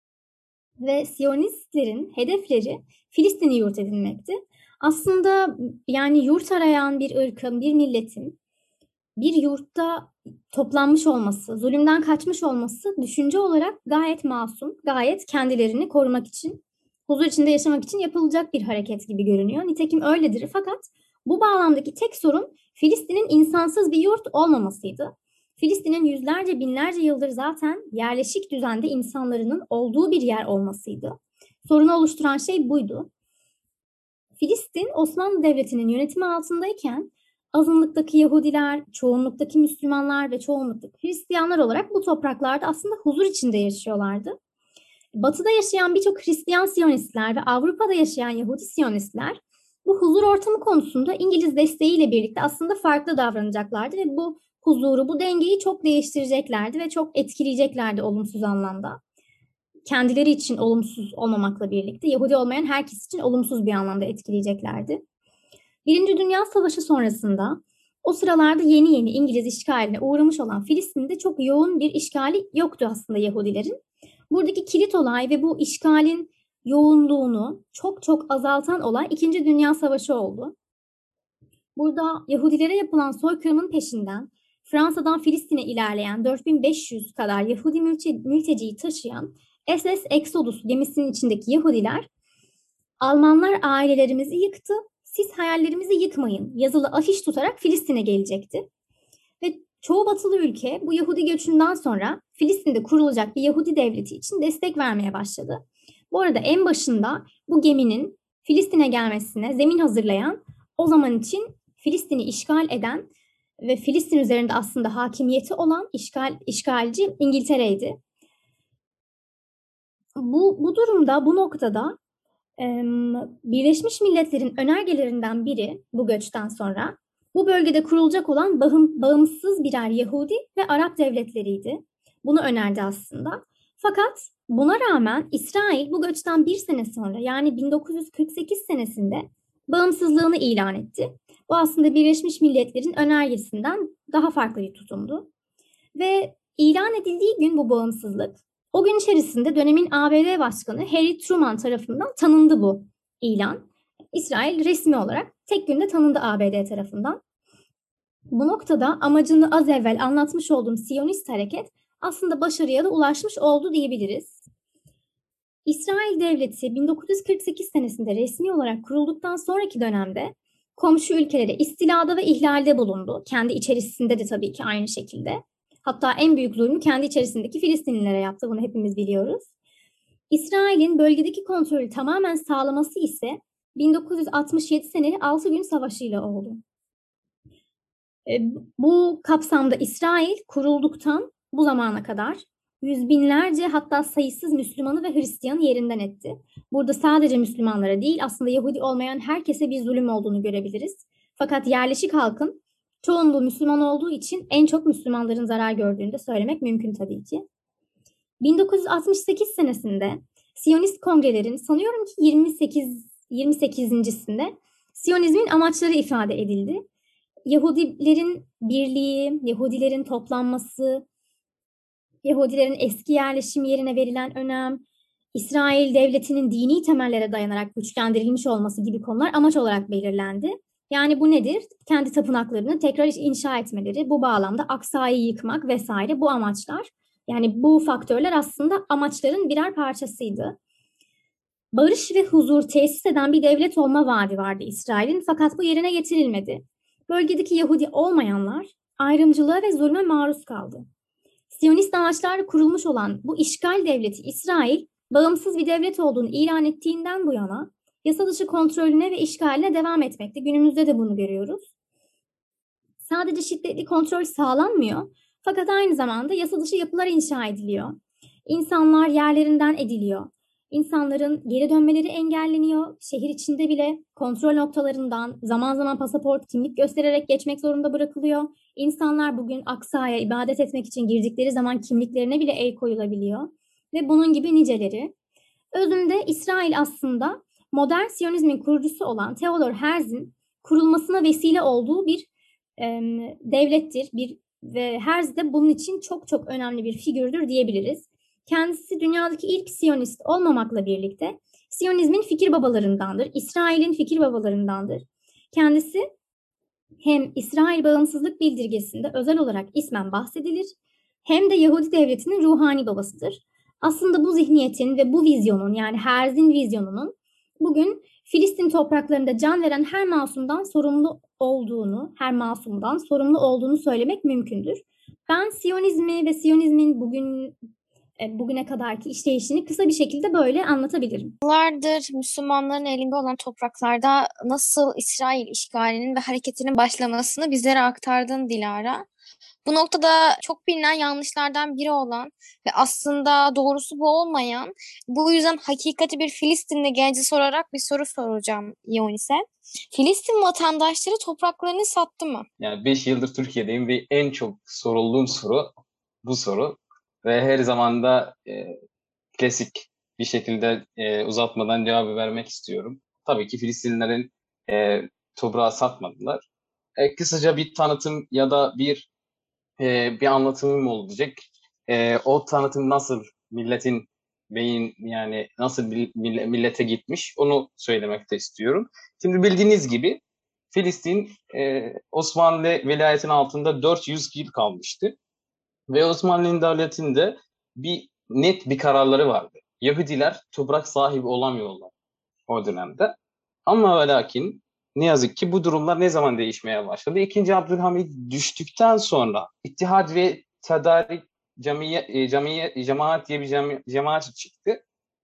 Ve Siyonistlerin hedefleri Filistin'i yurt edinmekti. Aslında yani yurt arayan bir ırkın, bir milletin bir yurtta toplanmış olması, zulümden kaçmış olması düşünce olarak gayet masum, gayet kendilerini korumak için, huzur içinde yaşamak için yapılacak bir hareket gibi görünüyor. Nitekim öyledir. Fakat bu bağlamdaki tek sorun Filistin'in insansız bir yurt olmamasıydı. Filistin'in yüzlerce binlerce yıldır zaten yerleşik düzende insanların olduğu bir yer olmasıydı. Sorunu oluşturan şey buydu. Filistin Osmanlı Devleti'nin yönetimi altındayken azınlıktaki Yahudiler, çoğunluktaki Müslümanlar ve çoğunluktaki Hristiyanlar olarak bu topraklarda aslında huzur içinde yaşıyorlardı. Batı'da yaşayan birçok Hristiyan Siyonistler ve Avrupa'da yaşayan Yahudi Siyonistler bu huzur ortamı konusunda İngiliz desteğiyle birlikte aslında farklı davranacaklardı ve bu huzuru, bu dengeyi çok değiştireceklerdi ve çok etkileyeceklerdi olumsuz anlamda. Kendileri için olumsuz olmamakla birlikte Yahudi olmayan herkes için olumsuz bir anlamda etkileyeceklerdi. Birinci Dünya Savaşı sonrasında O sıralarda yeni yeni İngiliz işgaline uğramış olan Filistin'de çok yoğun bir işgali yoktu aslında Yahudilerin. Buradaki kilit olay ve bu işgalin yoğunluğunu çok çok azaltan olay İkinci Dünya Savaşı oldu. Burada Yahudilere yapılan soykırımın peşinden Fransa'dan Filistin'e ilerleyen dört bin beş yüz kadar Yahudi mülte- mülteciyi taşıyan S S Exodus gemisinin içindeki Yahudiler, Almanlar ailelerimizi yıktı, siz hayallerimizi yıkmayın yazılı afiş tutarak Filistin'e gelecekti. Ve çoğu batılı ülke bu Yahudi göçünden sonra Filistin'de kurulacak bir Yahudi devleti için destek vermeye başladı. Bu arada en başında bu geminin Filistin'e gelmesine zemin hazırlayan, o zaman için Filistin'i işgal eden ve Filistin üzerinde aslında hakimiyeti olan işgal, işgalci İngiltere'ydi. Bu, bu durumda, bu noktada Birleşmiş Milletler'in önergelerinden biri bu göçten sonra bu bölgede kurulacak olan bağım, bağımsız birer Yahudi ve Arap devletleriydi. Bunu önerdi aslında. Fakat buna rağmen İsrail bu göçten bir sene sonra, yani bin dokuz yüz kırk sekiz senesinde bağımsızlığını ilan etti. Bu aslında Birleşmiş Milletler'in önergesinden daha farklı bir tutumdu. Ve ilan edildiği gün bu bağımsızlık, o gün içerisinde dönemin A B D Başkanı Harry Truman tarafından tanındı bu ilan. İsrail resmi olarak tek günde tanındı A B D tarafından. Bu noktada amacını az evvel anlatmış olduğum Siyonist hareket aslında başarıya da ulaşmış oldu diyebiliriz. İsrail Devleti bin dokuz yüz kırk sekiz senesinde resmi olarak kurulduktan sonraki dönemde komşu ülkelere istilada ve ihlalde bulundu. Kendi içerisinde de tabii ki aynı şekilde. Hatta en büyük zulmü kendi içerisindeki Filistinlilere yaptı. Bunu hepimiz biliyoruz. İsrail'in bölgedeki kontrolü tamamen sağlaması ise bin dokuz yüz altmış yedi seneli altı gün savaşıyla oldu. Bu kapsamda İsrail kurulduktan bu zamana kadar yüz binlerce, hatta sayısız Müslümanı ve Hristiyanı yerinden etti. Burada sadece Müslümanlara değil, aslında Yahudi olmayan herkese bir zulüm olduğunu görebiliriz. Fakat yerleşik halkın çoğunluğu Müslüman olduğu için en çok Müslümanların zarar gördüğünü de söylemek mümkün tabii ki. bin dokuz yüz altmış sekiz senesinde Siyonist kongrelerin sanıyorum ki yirmi sekiz yirmi sekizincisinde Siyonizmin amaçları ifade edildi. Yahudilerin birliği, Yahudilerin toplanması, Yahudilerin eski yerleşim yerine verilen önem, İsrail devletinin dini temellere dayanarak güçlendirilmiş olması gibi konular amaç olarak belirlendi. Yani bu nedir? Kendi tapınaklarını tekrar inşa etmeleri, bu bağlamda Aksa'yı yıkmak vesaire, bu amaçlar. Yani bu faktörler aslında amaçların birer parçasıydı. Barış ve huzur tesis eden bir devlet olma vaadi vardı İsrail'in, fakat bu yerine getirilmedi. Bölgedeki Yahudi olmayanlar ayrımcılığa ve zulme maruz kaldı. Siyonist amaçlarla kurulmuş olan bu işgal devleti İsrail, bağımsız bir devlet olduğunu ilan ettiğinden bu yana yasa dışı kontrolüne ve işgaline devam etmekte. Günümüzde de bunu görüyoruz. Sadece şiddetli kontrol sağlanmıyor, fakat aynı zamanda yasa dışı yapılar inşa ediliyor. İnsanlar yerlerinden ediliyor. İnsanların geri dönmeleri engelleniyor. Şehir içinde bile kontrol noktalarından zaman zaman pasaport, kimlik göstererek geçmek zorunda bırakılıyor. İnsanlar bugün Aksa'ya ibadet etmek için girdikleri zaman kimliklerine bile el koyulabiliyor. Ve bunun gibi niceleri. Özünde İsrail aslında modern Siyonizmin kurucusu olan Theodor Herzl'in kurulmasına vesile olduğu bir e, devlettir. Bir, ve Herzl de bunun için çok çok önemli bir figürdür diyebiliriz. Kendisi dünyadaki ilk Siyonist olmamakla birlikte Siyonizmin fikir babalarındandır, İsrail'in fikir babalarındandır. Kendisi hem İsrail Bağımsızlık Bildirgesi'nde özel olarak ismen bahsedilir, hem de Yahudi Devleti'nin ruhani babasıdır. Aslında bu zihniyetin ve bu vizyonun, yani Herzl'in vizyonunun bugün Filistin topraklarında can veren her masumdan sorumlu olduğunu, her masumdan sorumlu olduğunu söylemek mümkündür. Ben Siyonizmi ve Siyonizmin bugün bugüne kadarki işleyişini kısa bir şekilde böyle anlatabilirim. Yıllardır Müslümanların elinde olan topraklarda nasıl İsrail işgalinin ve hareketinin başlamasını bizlere aktardın Dilara. Bu noktada çok bilinen yanlışlardan biri olan ve aslında doğrusu bu olmayan, bu yüzden hakikati bir Filistinli genci sorarak bir soru soracağım Ionis'e. Filistin vatandaşları topraklarını sattı mı? Yani beş yıldır Türkiye'deyim ve en çok sorulduğum soru bu soru. Ve her zaman da e, klasik bir şekilde e, uzatmadan cevabı vermek istiyorum. Tabii ki Filistinlilerin e, toprağı satmadılar. e, kısaca bir tanıtım ya da bir e, bir anlatımım olacak. E, o tanıtım nasıl milletin beyin yani nasıl bir mille- millete gitmiş onu söylemek de istiyorum. Şimdi bildiğiniz gibi Filistin e, Osmanlı velayetinin altında dört yüz yıl kalmıştı. Ve Osmanlı Devleti'nde bir net bir kararları vardı. Yahudiler toprak sahibi olamıyorlar o dönemde. Ama ve lakin ne yazık ki bu durumlar ne zaman değişmeye başladı? İkinci Abdülhamid düştükten sonra İttihad ve Tedarik Camiye, e, Camiye, Cemaat diye bir cami, cemaat çıktı.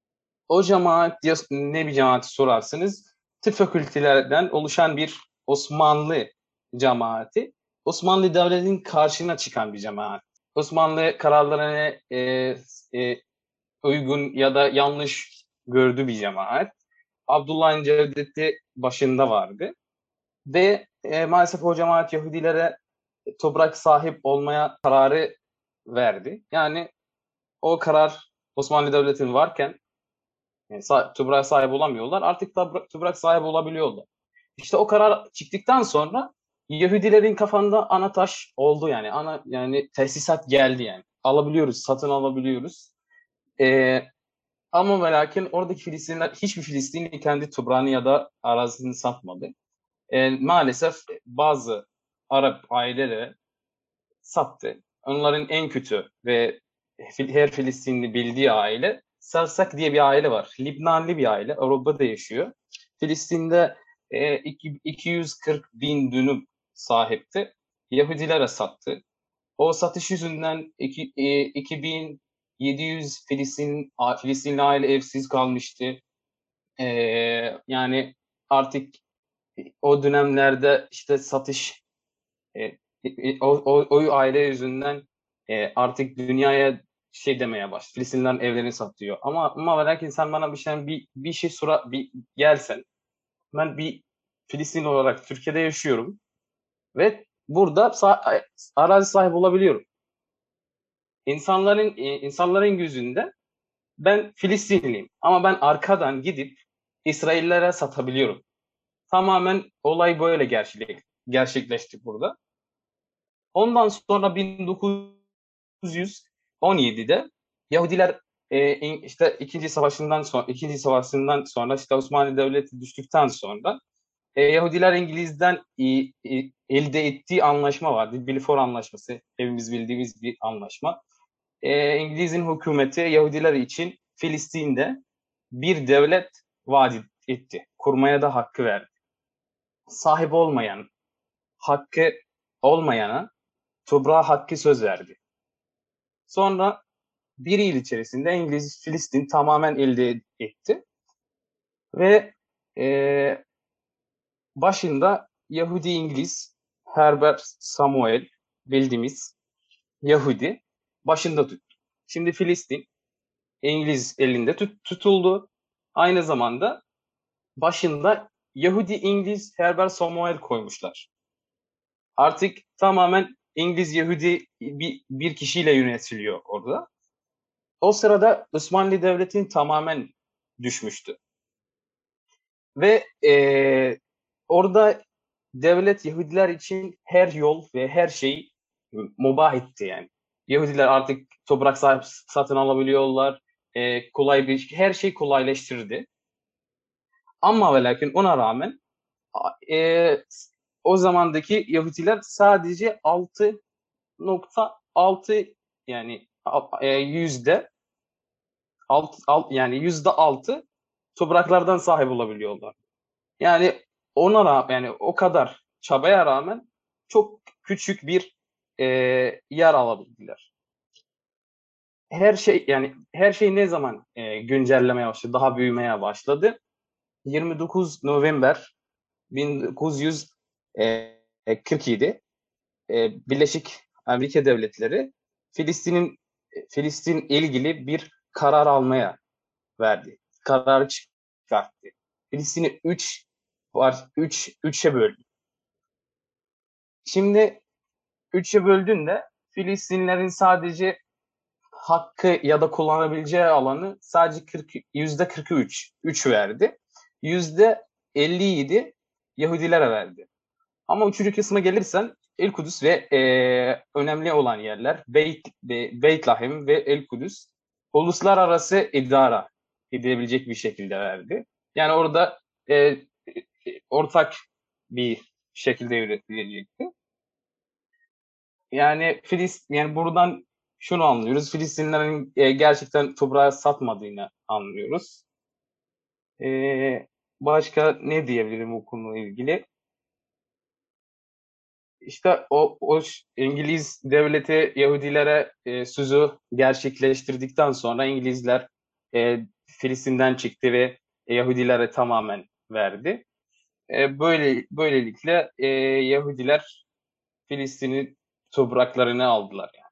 O cemaat diye ne bir cemaati sorarsınız? Tıp fakültelerden oluşan bir Osmanlı cemaati. Osmanlı Devleti'nin karşına çıkan bir cemaat. Osmanlı kararlarına e, e, uygun ya da yanlış gördüğü bir cemaat. Abdullah Cevdet'i başında vardı. Ve e, maalesef o cemaat Yahudilere toprak sahip olmaya kararı verdi. Yani o karar Osmanlı Devleti'nin varken yani sah- toprak sahibi olamıyorlar. Artık toprak, toprak sahibi olabiliyorlar. İşte o karar çıktıktan sonra Yahudilerin kafanda ana taş oldu yani. Ana yani tesisat geldi yani. Alabiliyoruz, satın alabiliyoruz. Ee, ama ve lakin oradaki Filistinler hiçbir Filistinli kendi toprağını ya da arazisini satmadı. Ee, maalesef bazı Arap aileleri sattı. Onların en kötü ve her Filistinli bildiği aile Sarsak diye bir aile var. Libnanlı bir aile. Avrupa'da yaşıyor. Filistin'de e, iki yüz kırk bin dönüm sahipti. Yahudilere sattı. O satış yüzünden iki, e, iki bin yedi yüz Filistin, Filistinli aile evsiz kalmıştı. E, yani artık o dönemlerde işte satış e, e, o, o, o aile yüzünden e, artık dünyaya şey demeye baş. Filistinlilerin evlerini satıyor. Ama ama ve lakin sen bana bir şey bir, bir şey sora bir gelsen ben bir Filistinli olarak Türkiye'de yaşıyorum ve burada sa- arazi sahibi olabiliyorum. İnsanların e, insanların gözünde ben Filistinliyim ama ben arkadan gidip İsraillere satabiliyorum. Tamamen olay böyle gerçek, gerçekleşti burada. Ondan sonra bin dokuz yüz on yedide Yahudiler e, işte ikinci savaşından sonra ikinci savaşından sonra işte Osmanlı Devleti düştükten sonra e, Yahudiler İngiliz'den e, e, elde ettiği anlaşma vardı. Balfour Anlaşması, hepimiz bildiğimiz bir anlaşma. E, İngiliz'in hükümeti Yahudiler için Filistin'de bir devlet vaat etti. Kurmaya da hakkı verdi. Sahip olmayan, hakkı olmayana toprağa hakkı söz verdi. Sonra bir yıl içerisinde İngiliz Filistin tamamen elde etti. Ve e, başında Yahudi İngiliz Herbert Samuel bildiğimiz Yahudi başında tuttu. Şimdi Filistin İngiliz elinde tut, tutuldu. Aynı zamanda başında Yahudi İngiliz Herbert Samuel koymuşlar. Artık tamamen İngiliz Yahudi bir, bir kişiyle yönetiliyor orada. O sırada Osmanlı Devleti'nin tamamen düşmüştü. Ve e, orada devlet Yahudiler için her yol ve her şeyi mubah etti yani. Yahudiler artık toprak sahip satın alabiliyorlar. E, kolay bir her şey kolaylaştırdı. Ama ve lakin ona rağmen e, o zamandaki Yahudiler sadece altı nokta altı yani e, yüzde alt, alt yani yüzde altı topraklardan sahip olabiliyorlar. Yani ona rağmen yani o kadar çabaya rağmen çok küçük bir e, yer alabildiler. Her şey yani her şey ne zaman e, güncellemeye başladı, daha büyümeye başladı. yirmi dokuz November bin dokuz yüz kırk yedi e, Birleşik Amerika Devletleri Filistin'in Filistin ilgili bir karar almaya verdi. Kararı çıkarttı. Filistin'i üç var üç üçe böldü. Şimdi üçe böldüğünde Filistinlerin sadece hakkı ya da kullanabileceği alanı sadece kırk yüzde kırk üç üç verdi. Yüzde elli yedi Yahudilere verdi. Ama üçüncü kısma gelirsen El-Kudüs ve e, önemli olan yerler Beyt, Be, Beytlahem ve El-Kudüs uluslararası idara edilebilecek bir şekilde verdi. Yani orada e, e, ortak bir şekilde üretilecekti. Yani Filistin, yani buradan şunu anlıyoruz. Filistinlerin e, gerçekten toprağı satmadığını anlıyoruz. E, başka ne diyebilirim bu konuyla ilgili? İşte o, o İngiliz devleti Yahudilere e, sözü gerçekleştirdikten sonra İngilizler e, Filistin'den çıktı ve Yahudilere tamamen verdi. E, böyle böylelikle e, Yahudiler Filistin'in topraklarını aldılar. Yani.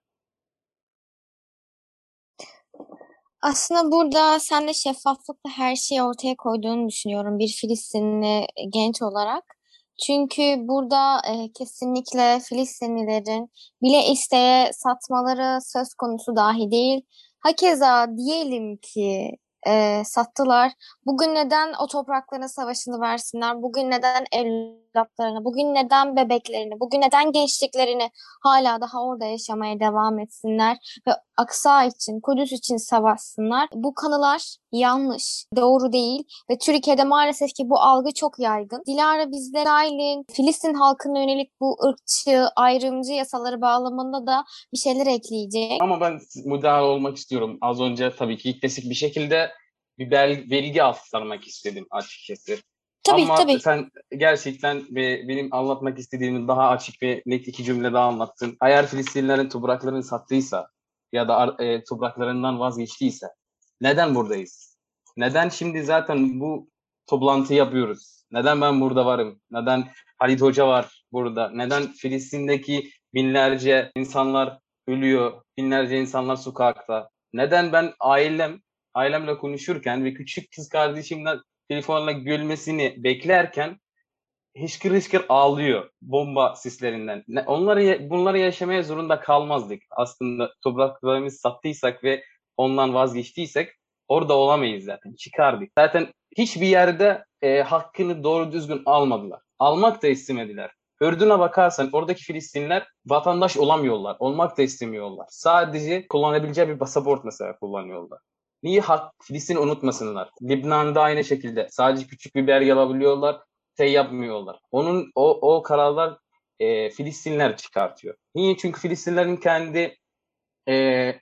Aslında burada sen de şeffaflıkla her şeyi ortaya koyduğunu düşünüyorum bir Filistinli genç olarak. Çünkü burada e, kesinlikle Filistinlilerin bile isteye satmaları söz konusu dahi değil. Hakeza diyelim ki e, sattılar. Bugün neden o topraklara savaşını versinler? Bugün neden evlatlarını, bugün neden bebeklerini, bugün neden gençliklerini hala daha orada yaşamaya devam etsinler? Ve Aksa için, Kudüs için savaşsınlar. Bu kanılar yanlış, doğru değil ve Türkiye'de maalesef ki bu algı çok yaygın. Dilara bizde İsrail'in Filistin halkına yönelik bu ırkçı, ayrımcı yasaları bağlamında da bir şeyler ekleyecek. Ama ben müdahale olmak istiyorum. Az önce tabii ki klasik bir şekilde bir bel, bilgi aktarmak istedim açıkçası. Tabii Ama tabii. sen gerçekten ve benim anlatmak istediğimi daha açık ve net iki cümle daha anlattın. Eğer Filistinlilerin topraklarını sattıysa ya da e, topraklarından vazgeçtiyse neden buradayız? Neden şimdi zaten bu toplantıyı yapıyoruz? Neden ben burada varım? Neden Halit Hoca var burada? Neden Filistin'deki binlerce insanlar ölüyor, binlerce insanlar sokakta? Neden ben ailem ailemle konuşurken ve küçük kız kardeşimle telefonla gülmesini beklerken hışkır hışkır ağlıyor bomba sislerinden. Ne, onları bunları yaşamaya zorunda kalmazdık. Aslında topraklarımızı sattıysak ve ondan vazgeçtiysek orada olamayız zaten. Çıkardık. Zaten hiçbir yerde e, hakkını doğru düzgün almadılar. Almak da istemediler. Ürdün'e bakarsan oradaki Filistinliler vatandaş olamıyorlar. Olmak da istemiyorlar. Sadece kullanabileceği bir pasaport mesela kullanıyorlar. Niye hak Filistin'i unutmasınlar? Lübnan'da aynı şekilde. Sadece küçük bir belge alabiliyorlar. Şey yapmıyorlar. Onun o o kararlar e, Filistinler çıkartıyor. Niye? Çünkü Filistinlerin kendi e,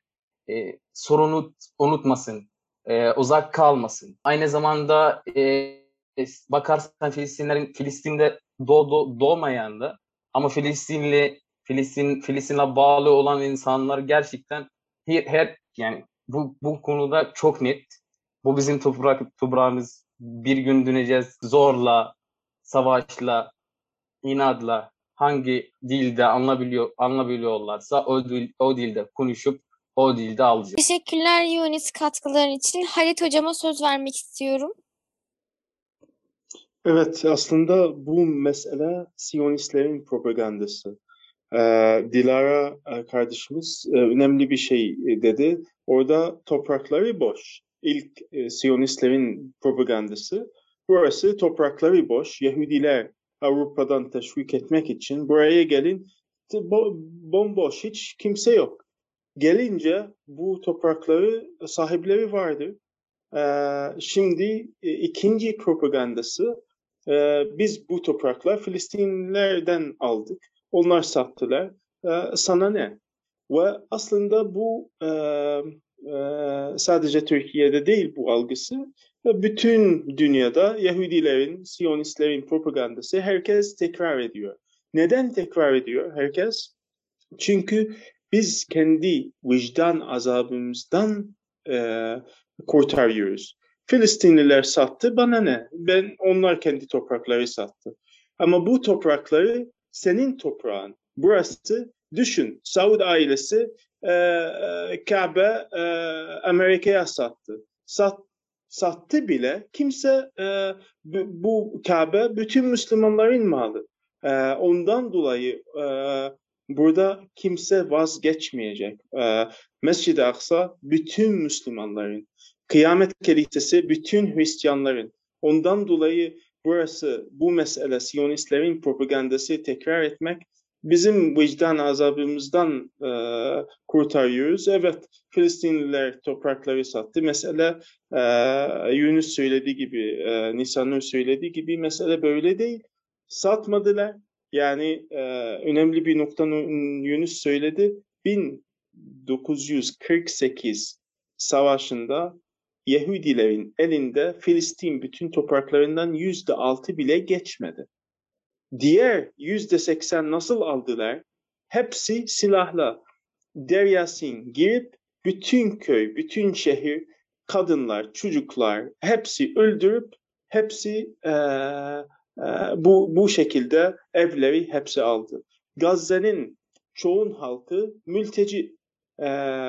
e, sorunu unutmasın, e, uzak kalmasın. Aynı zamanda e, bakarsan Filistinlerin Filistin'de doğ, doğmayan da ama Filistinli Filistin Filistin'e bağlı olan insanlar gerçekten her, her yani bu bu konuda çok net. Bu bizim toprak toprağımız. Bir gün döneceğiz zorla, savaşla, inatla hangi dilde anlayabiliyor anlayabiliyorlarsa o dil, o dilde konuşup o dilde alacağız. Teşekkürler Yunis katkıların için. Halit hocama söz vermek istiyorum. Evet, aslında bu mesele Siyonistlerin propagandası. Ee, Dilara e, kardeşimiz e, önemli bir şey e, dedi. Orada toprakları boş. İlk e, Siyonistlerin propagandası. Burası toprakları boş. Yahudiler Avrupa'dan teşvik etmek için buraya gelin. Bo bomboş, hiç kimse yok. Gelince bu toprakları sahipleri vardı. Ee, şimdi e, ikinci propagandası, e, biz bu topraklar Filistinlilerden aldık. Onlar sattılar. Ee, sana ne? Ve aslında bu e, e, sadece Türkiye'de değil bu algısı. Bütün dünyada Yahudilerin, Siyonistlerin propagandası herkes tekrar ediyor. Neden tekrar ediyor herkes? Çünkü biz kendi vicdan azabımızdan e, kurtarıyoruz. Filistinliler sattı, bana ne? Ben onlar kendi toprakları sattı. Ama bu toprakları senin toprağın. Burası, düşün, Saud ailesi e, e, Kabe e, Amerika'ya sattı. Sat, sattı bile. Kimse e, bu, bu Kabe bütün Müslümanların malı. E, ondan dolayı e, burada kimse vazgeçmeyecek. E, Mescid-i Aksa bütün Müslümanların. Kıyamet Kilisesi bütün Hristiyanların. Ondan dolayı burası, bu mesele Siyonistlerin propagandası tekrar etmek, bizim vicdan azabımızdan e, kurtarıyoruz. Evet, Filistinliler toprakları sattı. Mesele e, Yunus söylediği gibi, e, Nisanur söylediği gibi mesele böyle değil. Satmadılar. Yani e, önemli bir nokta Yunus söyledi. bin dokuz yüz kırk sekiz savaşında Yahudilerin elinde Filistin bütün topraklarından yüzde altı bile geçmedi. Diğer yüzde seksen nasıl aldılar? Hepsi silahla. Deryasin girip bütün köy, bütün şehir, kadınlar, çocuklar hepsi öldürüp hepsi e, e, bu bu şekilde evleri hepsi aldı. Gazze'nin çoğun halkı mülteci, e,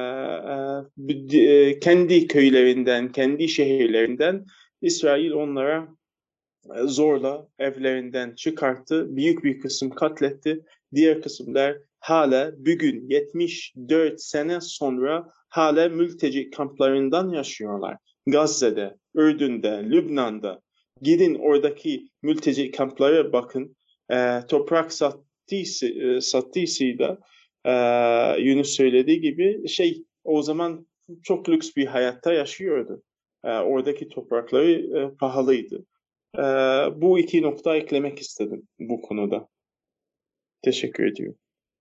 e, kendi köylerinden, kendi şehirlerinden İsrail onlara zorla evlerinden çıkarttı. Büyük bir kısım katletti. Diğer kısımlar hala bugün yetmiş dört sene sonra hala mülteci kamplarından yaşıyorlar. Gazze'de, Ürdün'de, Lübnan'da. Gidin oradaki mülteci kamplara bakın. E, toprak sattıysa, e, sattıysa da e, Yunus söylediği gibi şey o zaman çok lüks bir hayatta yaşıyordu. E, oradaki toprakları e, pahalıydı. Ee, bu iki nokta eklemek istedim bu konuda. Teşekkür ediyorum.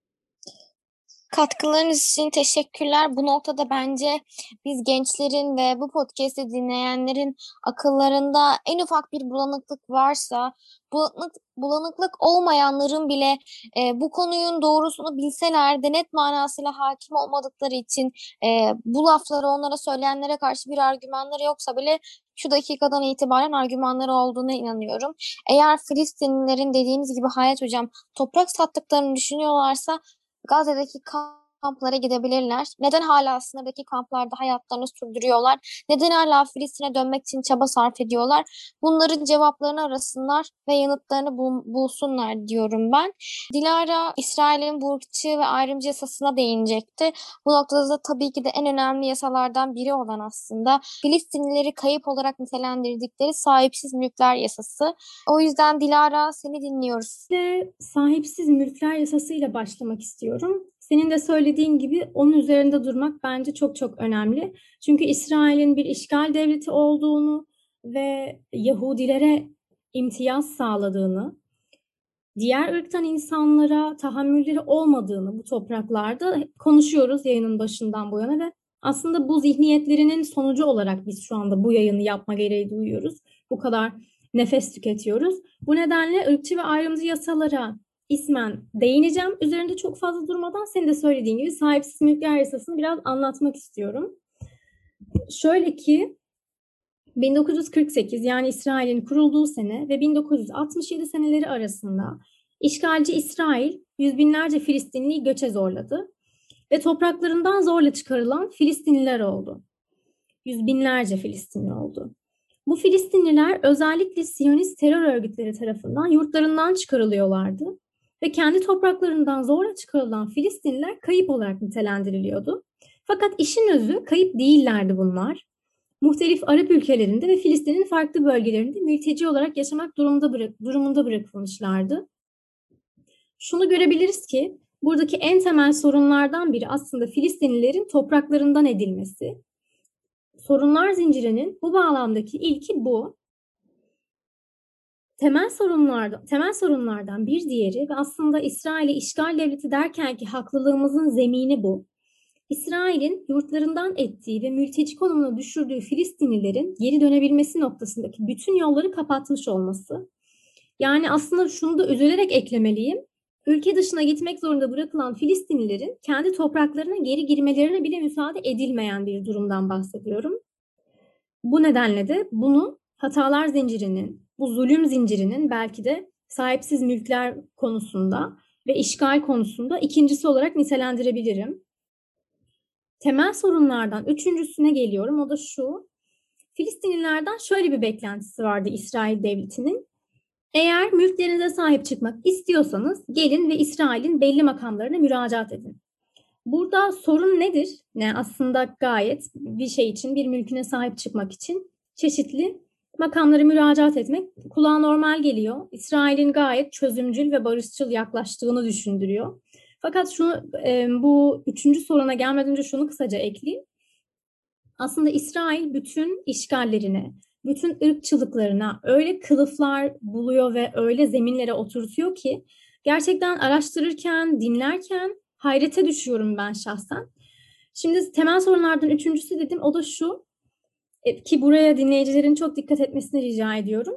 Katkılarınız için teşekkürler. Bu noktada bence biz gençlerin ve bu podcast'i dinleyenlerin akıllarında en ufak bir bulanıklık varsa, bulanık, bulanıklık olmayanların bile e, bu konunun doğrusunu bilseler de net manasıyla hakim olmadıkları için e, bu lafları onlara söyleyenlere karşı bir argümanları yoksa bile şu dakikadan itibaren argümanları olduğuna inanıyorum. Eğer Filistinlilerin dediğimiz gibi Hayat Hocam toprak sattıklarını düşünüyorlarsa Gazze'deki kamplara gidebilirler. Neden hala sınırdaki kamplarda hayatlarını sürdürüyorlar? Neden hala Filistin'e dönmek için çaba sarf ediyorlar? Bunların cevaplarını arasınlar ve yanıtlarını bul- bulsunlar diyorum ben. Dilara, İsrail'in bu ırkçı ve ayrımcı yasasına değinecekti. Bu noktada da tabii ki de en önemli yasalardan biri olan aslında Filistinlileri kayıp olarak nitelendirdikleri sahipsiz mülkler yasası. O yüzden Dilara seni dinliyoruz. Ve sahipsiz mülkler yasasıyla başlamak istiyorum. Senin de söylediğin gibi onun üzerinde durmak bence çok çok önemli. Çünkü İsrail'in bir işgal devleti olduğunu ve Yahudilere imtiyaz sağladığını, diğer ırktan insanlara tahammülleri olmadığını bu topraklarda konuşuyoruz yayının başından bu yana ve aslında bu zihniyetlerinin sonucu olarak biz şu anda bu yayını yapma gereği duyuyoruz. Bu kadar nefes tüketiyoruz. Bu nedenle ırkçı ve ayrımcı yasalara ismen değineceğim. Üzerinde çok fazla durmadan senin de söylediğin gibi sahipsiz mülkler yasasını biraz anlatmak istiyorum. Şöyle ki bin dokuz yüz kırk sekiz yani İsrail'in kurulduğu sene ve bin dokuz yüz altmış yedi seneleri arasında işgalci İsrail yüz binlerce Filistinliyi göçe zorladı ve topraklarından zorla çıkarılan Filistinliler oldu. Yüz binlerce Filistinli oldu. Bu Filistinliler özellikle Siyonist terör örgütleri tarafından yurtlarından çıkarılıyorlardı ve kendi topraklarından zorla çıkarılan Filistinliler kayıp olarak nitelendiriliyordu. Fakat işin özü kayıp değillerdi bunlar. Muhtelif Arap ülkelerinde ve Filistin'in farklı bölgelerinde mülteci olarak yaşamak durumunda, bırak, durumunda bırakılmışlardı. Şunu görebiliriz ki buradaki en temel sorunlardan biri aslında Filistinlilerin topraklarından edilmesi. Sorunlar zincirinin bu bağlamdaki ilki bu. Temel sorunlardan, temel sorunlardan bir diğeri ve aslında İsrail'i işgal devleti derken ki haklılığımızın zemini bu. İsrail'in yurtlarından ettiği ve mülteci konumuna düşürdüğü Filistinlilerin geri dönebilmesi noktasındaki bütün yolları kapatmış olması. Yani aslında şunu da üzülerek eklemeliyim. Ülke dışına gitmek zorunda bırakılan Filistinlilerin kendi topraklarına geri girmelerine bile müsaade edilmeyen bir durumdan bahsediyorum. Bu nedenle de bunu hatalar zincirinin, bu zulüm zincirinin belki de sahipsiz mülkler konusunda ve işgal konusunda ikincisi olarak nitelendirebilirim. Temel sorunlardan üçüncüsüne geliyorum. O da şu. Filistinlilerden şöyle bir beklentisi vardı İsrail devletinin. Eğer mülklerinize sahip çıkmak istiyorsanız gelin ve İsrail'in belli makamlarına müracaat edin. Burada sorun nedir? Ne aslında gayet bir şey için, bir mülküne sahip çıkmak için çeşitli makamlara müracaat etmek kulağa normal geliyor. İsrail'in gayet çözümcül ve barışçıl yaklaştığını düşündürüyor. Fakat şunu, e, bu üçüncü soruna gelmeden önce şunu kısaca ekleyeyim. Aslında İsrail bütün işgallerine, bütün ırkçılıklarına öyle kılıflar buluyor ve öyle zeminlere oturtuyor ki gerçekten araştırırken, dinlerken hayrete düşüyorum ben şahsen. Şimdi temel sorunlardan üçüncüsü dedim, o da şu ki buraya dinleyicilerin çok dikkat etmesini rica ediyorum.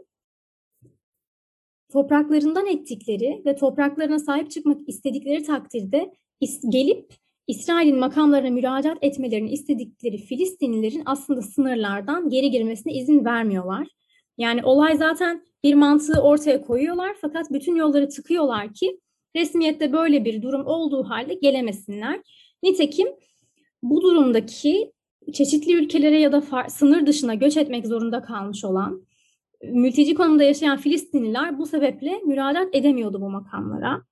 Topraklarından ettikleri ve topraklarına sahip çıkmak istedikleri takdirde gelip İsrail'in makamlarına müracaat etmelerini istedikleri Filistinlilerin aslında sınırlardan geri girmesine izin vermiyorlar. Yani olay zaten bir mantığı ortaya koyuyorlar fakat bütün yolları tıkıyorlar ki resmiyette böyle bir durum olduğu halde gelemesinler. Nitekim bu durumdaki çeşitli ülkelere ya da far, sınır dışına göç etmek zorunda kalmış olan mülteci konumda yaşayan Filistinliler bu sebeple müracaat edemiyordu bu makamlara.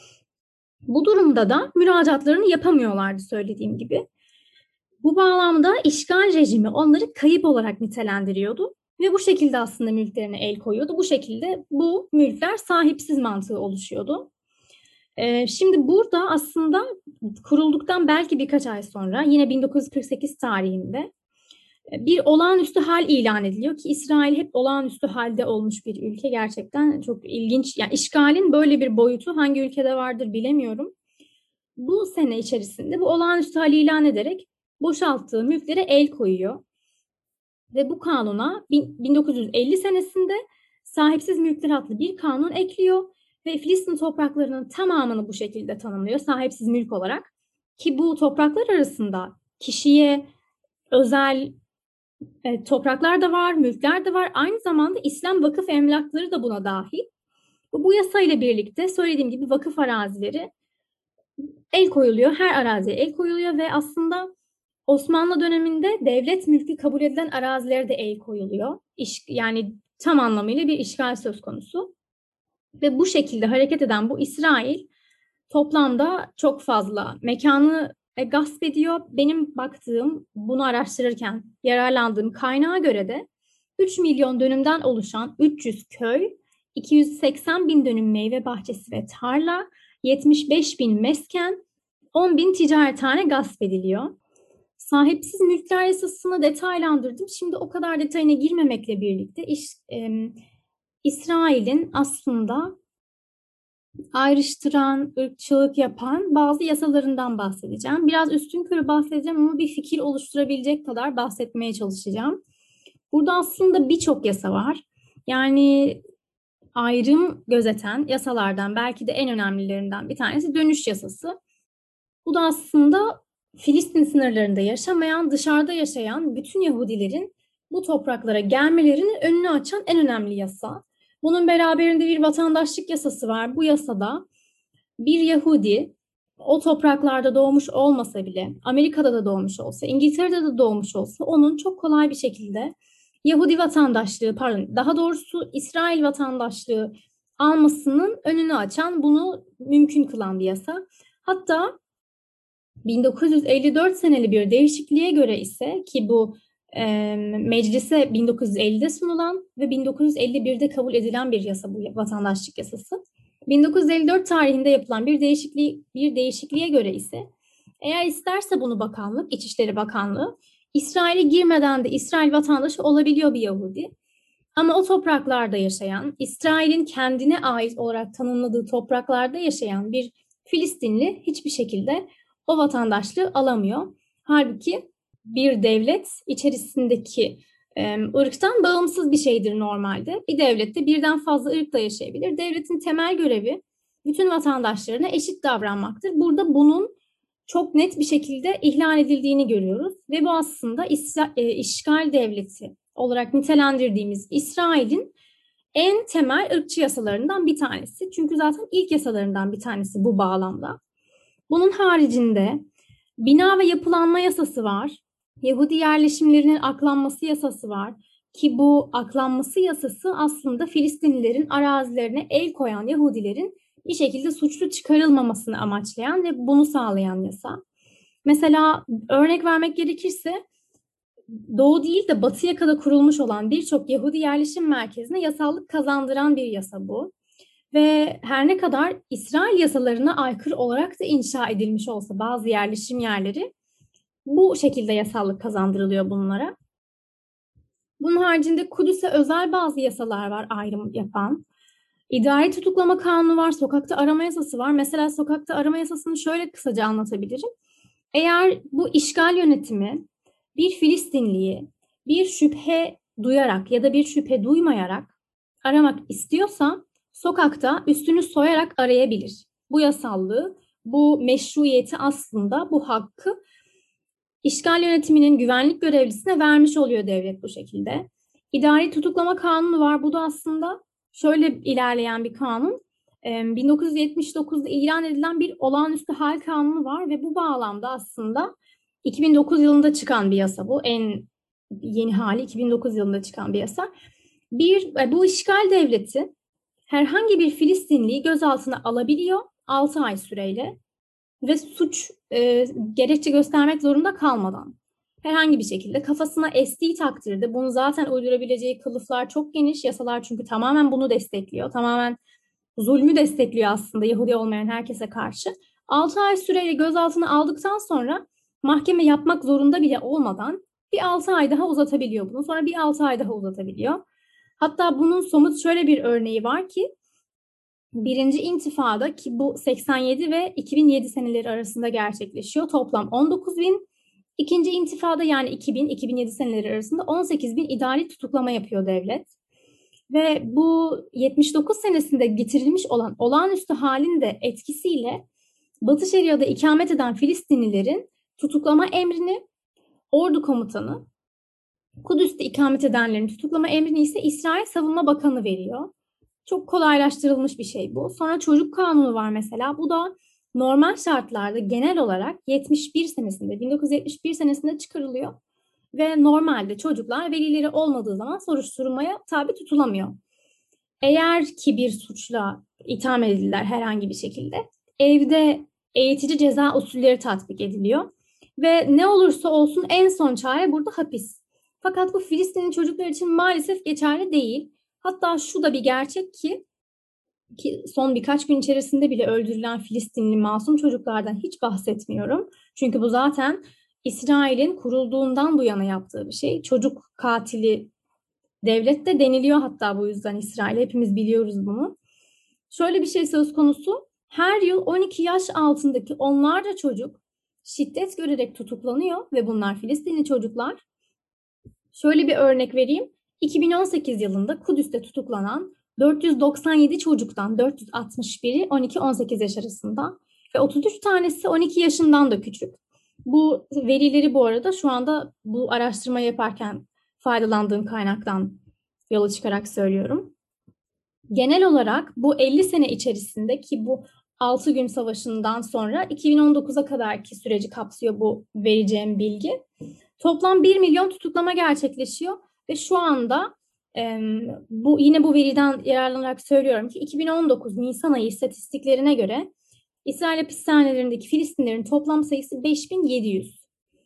Bu durumda da müracaatlarını yapamıyorlardı söylediğim gibi. Bu bağlamda işgal rejimi onları kayıp olarak nitelendiriyordu ve bu şekilde aslında mülklerine el koyuyordu. Bu şekilde bu mülkler sahipsiz mantığı oluşuyordu. Ee, şimdi burada aslında kurulduktan belki birkaç ay sonra yine bin dokuz yüz kırk sekiz tarihinde bir olağanüstü hal ilan ediliyor ki İsrail hep olağanüstü halde olmuş bir ülke. Gerçekten çok ilginç. Yani işgalin böyle bir boyutu hangi ülkede vardır bilemiyorum. Bu sene içerisinde bu olağanüstü hal ilan ederek boşalttığı mülklere el koyuyor. Ve bu kanuna bin dokuz yüz elli senesinde sahipsiz mülkler adlı bir kanun ekliyor ve Filistin topraklarının tamamını bu şekilde tanımlıyor sahipsiz mülk olarak. Ki bu topraklar arasında kişiye özel e, topraklar da var, mülkler de var. Aynı zamanda İslam vakıf emlakları da buna dahil. Bu, bu yasayla birlikte söylediğim gibi vakıf arazileri el koyuluyor. Her araziye el koyuluyor ve aslında Osmanlı döneminde devlet mülkü kabul edilen arazilere de el koyuluyor. İş, yani tam anlamıyla bir işgal söz konusu. Ve bu şekilde hareket eden bu İsrail toplamda çok fazla mekanı gasp ediyor. Benim baktığım, bunu araştırırken yararlandığım kaynağa göre de üç milyon dönümden oluşan üç yüz köy, iki yüz seksen bin dönüm meyve bahçesi ve tarla, yetmiş beş bin mesken, on bin ticarethane gasp ediliyor. Sahipsiz mülkler yasasını detaylandırdım. Şimdi o kadar detayına girmemekle birlikte iş, e, İsrail'in aslında ayrıştıran, ırkçılık yapan bazı yasalarından bahsedeceğim. Biraz üstünkörü bahsedeceğim ama bir fikir oluşturabilecek kadar bahsetmeye çalışacağım. Burada aslında birçok yasa var. Yani ayrım gözeten yasalardan belki de en önemlilerinden bir tanesi dönüş yasası. Bu da aslında Filistin sınırlarında yaşamayan, dışarıda yaşayan bütün Yahudilerin bu topraklara gelmelerinin önünü açan en önemli yasa. Bunun beraberinde bir vatandaşlık yasası var. Bu yasada bir Yahudi o topraklarda doğmuş olmasa bile, Amerika'da da doğmuş olsa, İngiltere'de de doğmuş olsa onun çok kolay bir şekilde Yahudi vatandaşlığı, pardon daha doğrusu İsrail vatandaşlığı almasının önünü açan, bunu mümkün kılan bir yasa. Hatta bin dokuz yüz elli dört seneli bir değişikliğe göre ise ki bu e, meclise bin dokuz yüz ellide sunulan ve bin dokuz yüz elli birde kabul edilen bir yasa bu vatandaşlık yasası. bin dokuz yüz elli dört tarihinde yapılan bir değişikliği bir değişikliğe göre ise eğer isterse bunu bakanlık, İçişleri Bakanlığı İsrail'e girmeden de İsrail vatandaşı olabiliyor bir Yahudi. Ama o topraklarda yaşayan, İsrail'in kendine ait olarak tanımladığı topraklarda yaşayan bir Filistinli hiçbir şekilde o vatandaşlığı alamıyor. Halbuki bir devlet içerisindeki e, ırktan bağımsız bir şeydir normalde. Bir devlette birden fazla ırkla yaşayabilir. Devletin temel görevi bütün vatandaşlarına eşit davranmaktır. Burada bunun çok net bir şekilde ihlal edildiğini görüyoruz. Ve bu aslında İsra- e, işgal devleti olarak nitelendirdiğimiz İsrail'in en temel ırkçı yasalarından bir tanesi. Çünkü zaten ilk yasalarından bir tanesi bu bağlamda. Bunun haricinde bina ve yapılanma yasası var. Yahudi yerleşimlerinin aklanması yasası var. Ki bu aklanması yasası aslında Filistinlilerin arazilerine el koyan Yahudilerin bir şekilde suçlu çıkarılmamasını amaçlayan ve bunu sağlayan yasa. Mesela örnek vermek gerekirse Doğu değil de Batı yakada kurulmuş olan birçok Yahudi yerleşim merkezine yasallık kazandıran bir yasa bu. Ve her ne kadar İsrail yasalarına aykırı olarak da inşa edilmiş olsa bazı yerleşim yerleri bu şekilde yasallık kazandırılıyor bunlara. Bunun haricinde Kudüs'e özel bazı yasalar var ayrım yapan. İdari tutuklama kanunu var, sokakta arama yasası var. Mesela sokakta arama yasasını şöyle kısaca anlatabilirim. Eğer bu işgal yönetimi bir Filistinliyi bir şüphe duyarak ya da bir şüphe duymayarak aramak istiyorsa sokakta üstünü soyarak arayabilir. Bu yasallığı, bu meşruiyeti aslında bu hakkı işgal yönetiminin güvenlik görevlisine vermiş oluyor devlet bu şekilde. İdari tutuklama kanunu var. Bu da aslında şöyle ilerleyen bir kanun. bin dokuz yüz yetmiş dokuzda ilan edilen bir olağanüstü hal kanunu var ve bu bağlamda aslında iki bin dokuz yılında çıkan bir yasa bu. En yeni hali iki bin dokuz yılında çıkan bir yasa. Bir, bu işgal devleti herhangi bir Filistinliyi gözaltına alabiliyor altı ay süreyle ve suç e, gerekçe göstermek zorunda kalmadan. Herhangi bir şekilde kafasına estiği takdirde bunu zaten uydurabileceği kılıflar çok geniş. Yasalar çünkü tamamen bunu destekliyor. Tamamen zulmü destekliyor aslında Yahudi olmayan herkese karşı. altı ay süreyle gözaltına aldıktan sonra mahkeme yapmak zorunda bile olmadan bir altı ay daha uzatabiliyor bunu. Sonra bir altı ay daha uzatabiliyor. Hatta bunun somut şöyle bir örneği var ki Birinci intifada ki bu seksen yedi ve iki bin yedi seneleri arasında gerçekleşiyor. Toplam on dokuz bin. İkinci intifada yani iki bin iki bin yedi seneleri arasında on sekiz bin idari tutuklama yapıyor devlet. Ve bu yetmiş dokuz senesinde getirilmiş olan olağanüstü halin de etkisiyle Batı Şeria'da ikamet eden Filistinlilerin tutuklama emrini ordu komutanı, Kudüs'te ikamet edenlerin tutuklama emrini ise İsrail Savunma Bakanı veriyor. Çok kolaylaştırılmış bir şey bu. Sonra çocuk kanunu var mesela. Bu da normal şartlarda genel olarak yetmiş bir senesinde, bin dokuz yüz yetmiş bir senesinde çıkarılıyor. Ve normalde çocuklar velileri olmadığı zaman soruşturmaya tabi tutulamıyor. Eğer ki bir suçla itham edildiler herhangi bir şekilde, evde eğitici ceza usulleri tatbik ediliyor. Ve ne olursa olsun en son çare burada hapis. Fakat bu Filistinli çocuklar için maalesef geçerli değil. Hatta şu da bir gerçek ki, ki son birkaç gün içerisinde bile öldürülen Filistinli masum çocuklardan hiç bahsetmiyorum. Çünkü bu zaten İsrail'in kurulduğundan bu yana yaptığı bir şey. Çocuk katili devlet de deniliyor hatta bu yüzden İsrail. Hepimiz biliyoruz bunu. Şöyle bir şey söz konusu. Her yıl on iki yaş altındaki onlarca çocuk şiddet görerek tutuklanıyor ve bunlar Filistinli çocuklar. Şöyle bir örnek vereyim. iki bin on sekiz yılında Kudüs'te tutuklanan dört yüz doksan yedi çocuktan dört yüz altmış biri on iki on sekiz yaş arasında ve otuz üç tanesi on iki yaşından da küçük. Bu verileri bu arada şu anda bu araştırma yaparken faydalandığım kaynaktan yola çıkarak söylüyorum. Genel olarak bu elli sene içerisinde ki bu altı gün savaşından sonra iki bin on dokuza kadarki süreci kapsıyor bu vereceğim bilgi. Toplam bir milyon tutuklama gerçekleşiyor ve şu anda e, bu yine bu veriden yararlanarak söylüyorum ki iki bin on dokuz Nisan ayı istatistiklerine göre İsrail hapishanelerindeki Filistinlerin toplam sayısı beş bin yedi yüz.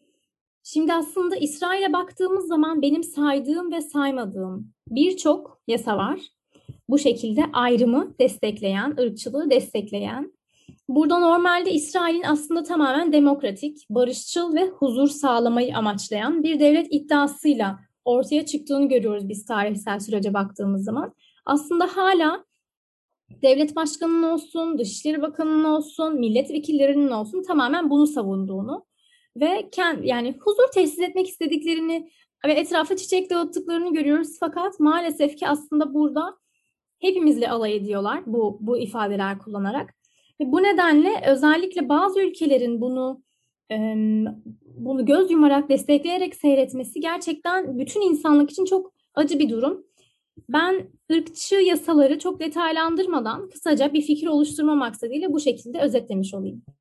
Şimdi aslında İsrail'e baktığımız zaman benim saydığım ve saymadığım birçok yasa var. Bu şekilde ayrımı destekleyen, ırkçılığı destekleyen. Burada normalde İsrail'in aslında tamamen demokratik, barışçıl ve huzur sağlamayı amaçlayan bir devlet iddiasıyla ortaya çıktığını görüyoruz biz tarihsel sürece baktığımız zaman. Aslında hala devlet başkanının olsun, Dışişleri Bakanı'nın olsun, milletvekillerinin olsun tamamen bunu savunduğunu ve kend, yani huzur tesis etmek istediklerini ve etrafa çiçek dağıttıklarını görüyoruz. Fakat maalesef ki aslında burada hepimizle alay ediyorlar bu, bu ifadeler kullanarak. Ve bu nedenle özellikle bazı ülkelerin bunu e, bunu göz yumarak destekleyerek seyretmesi gerçekten bütün insanlık için çok acı bir durum. Ben ırkçı yasaları çok detaylandırmadan kısaca bir fikir oluşturma maksadıyla bu şekilde özetlemiş olayım.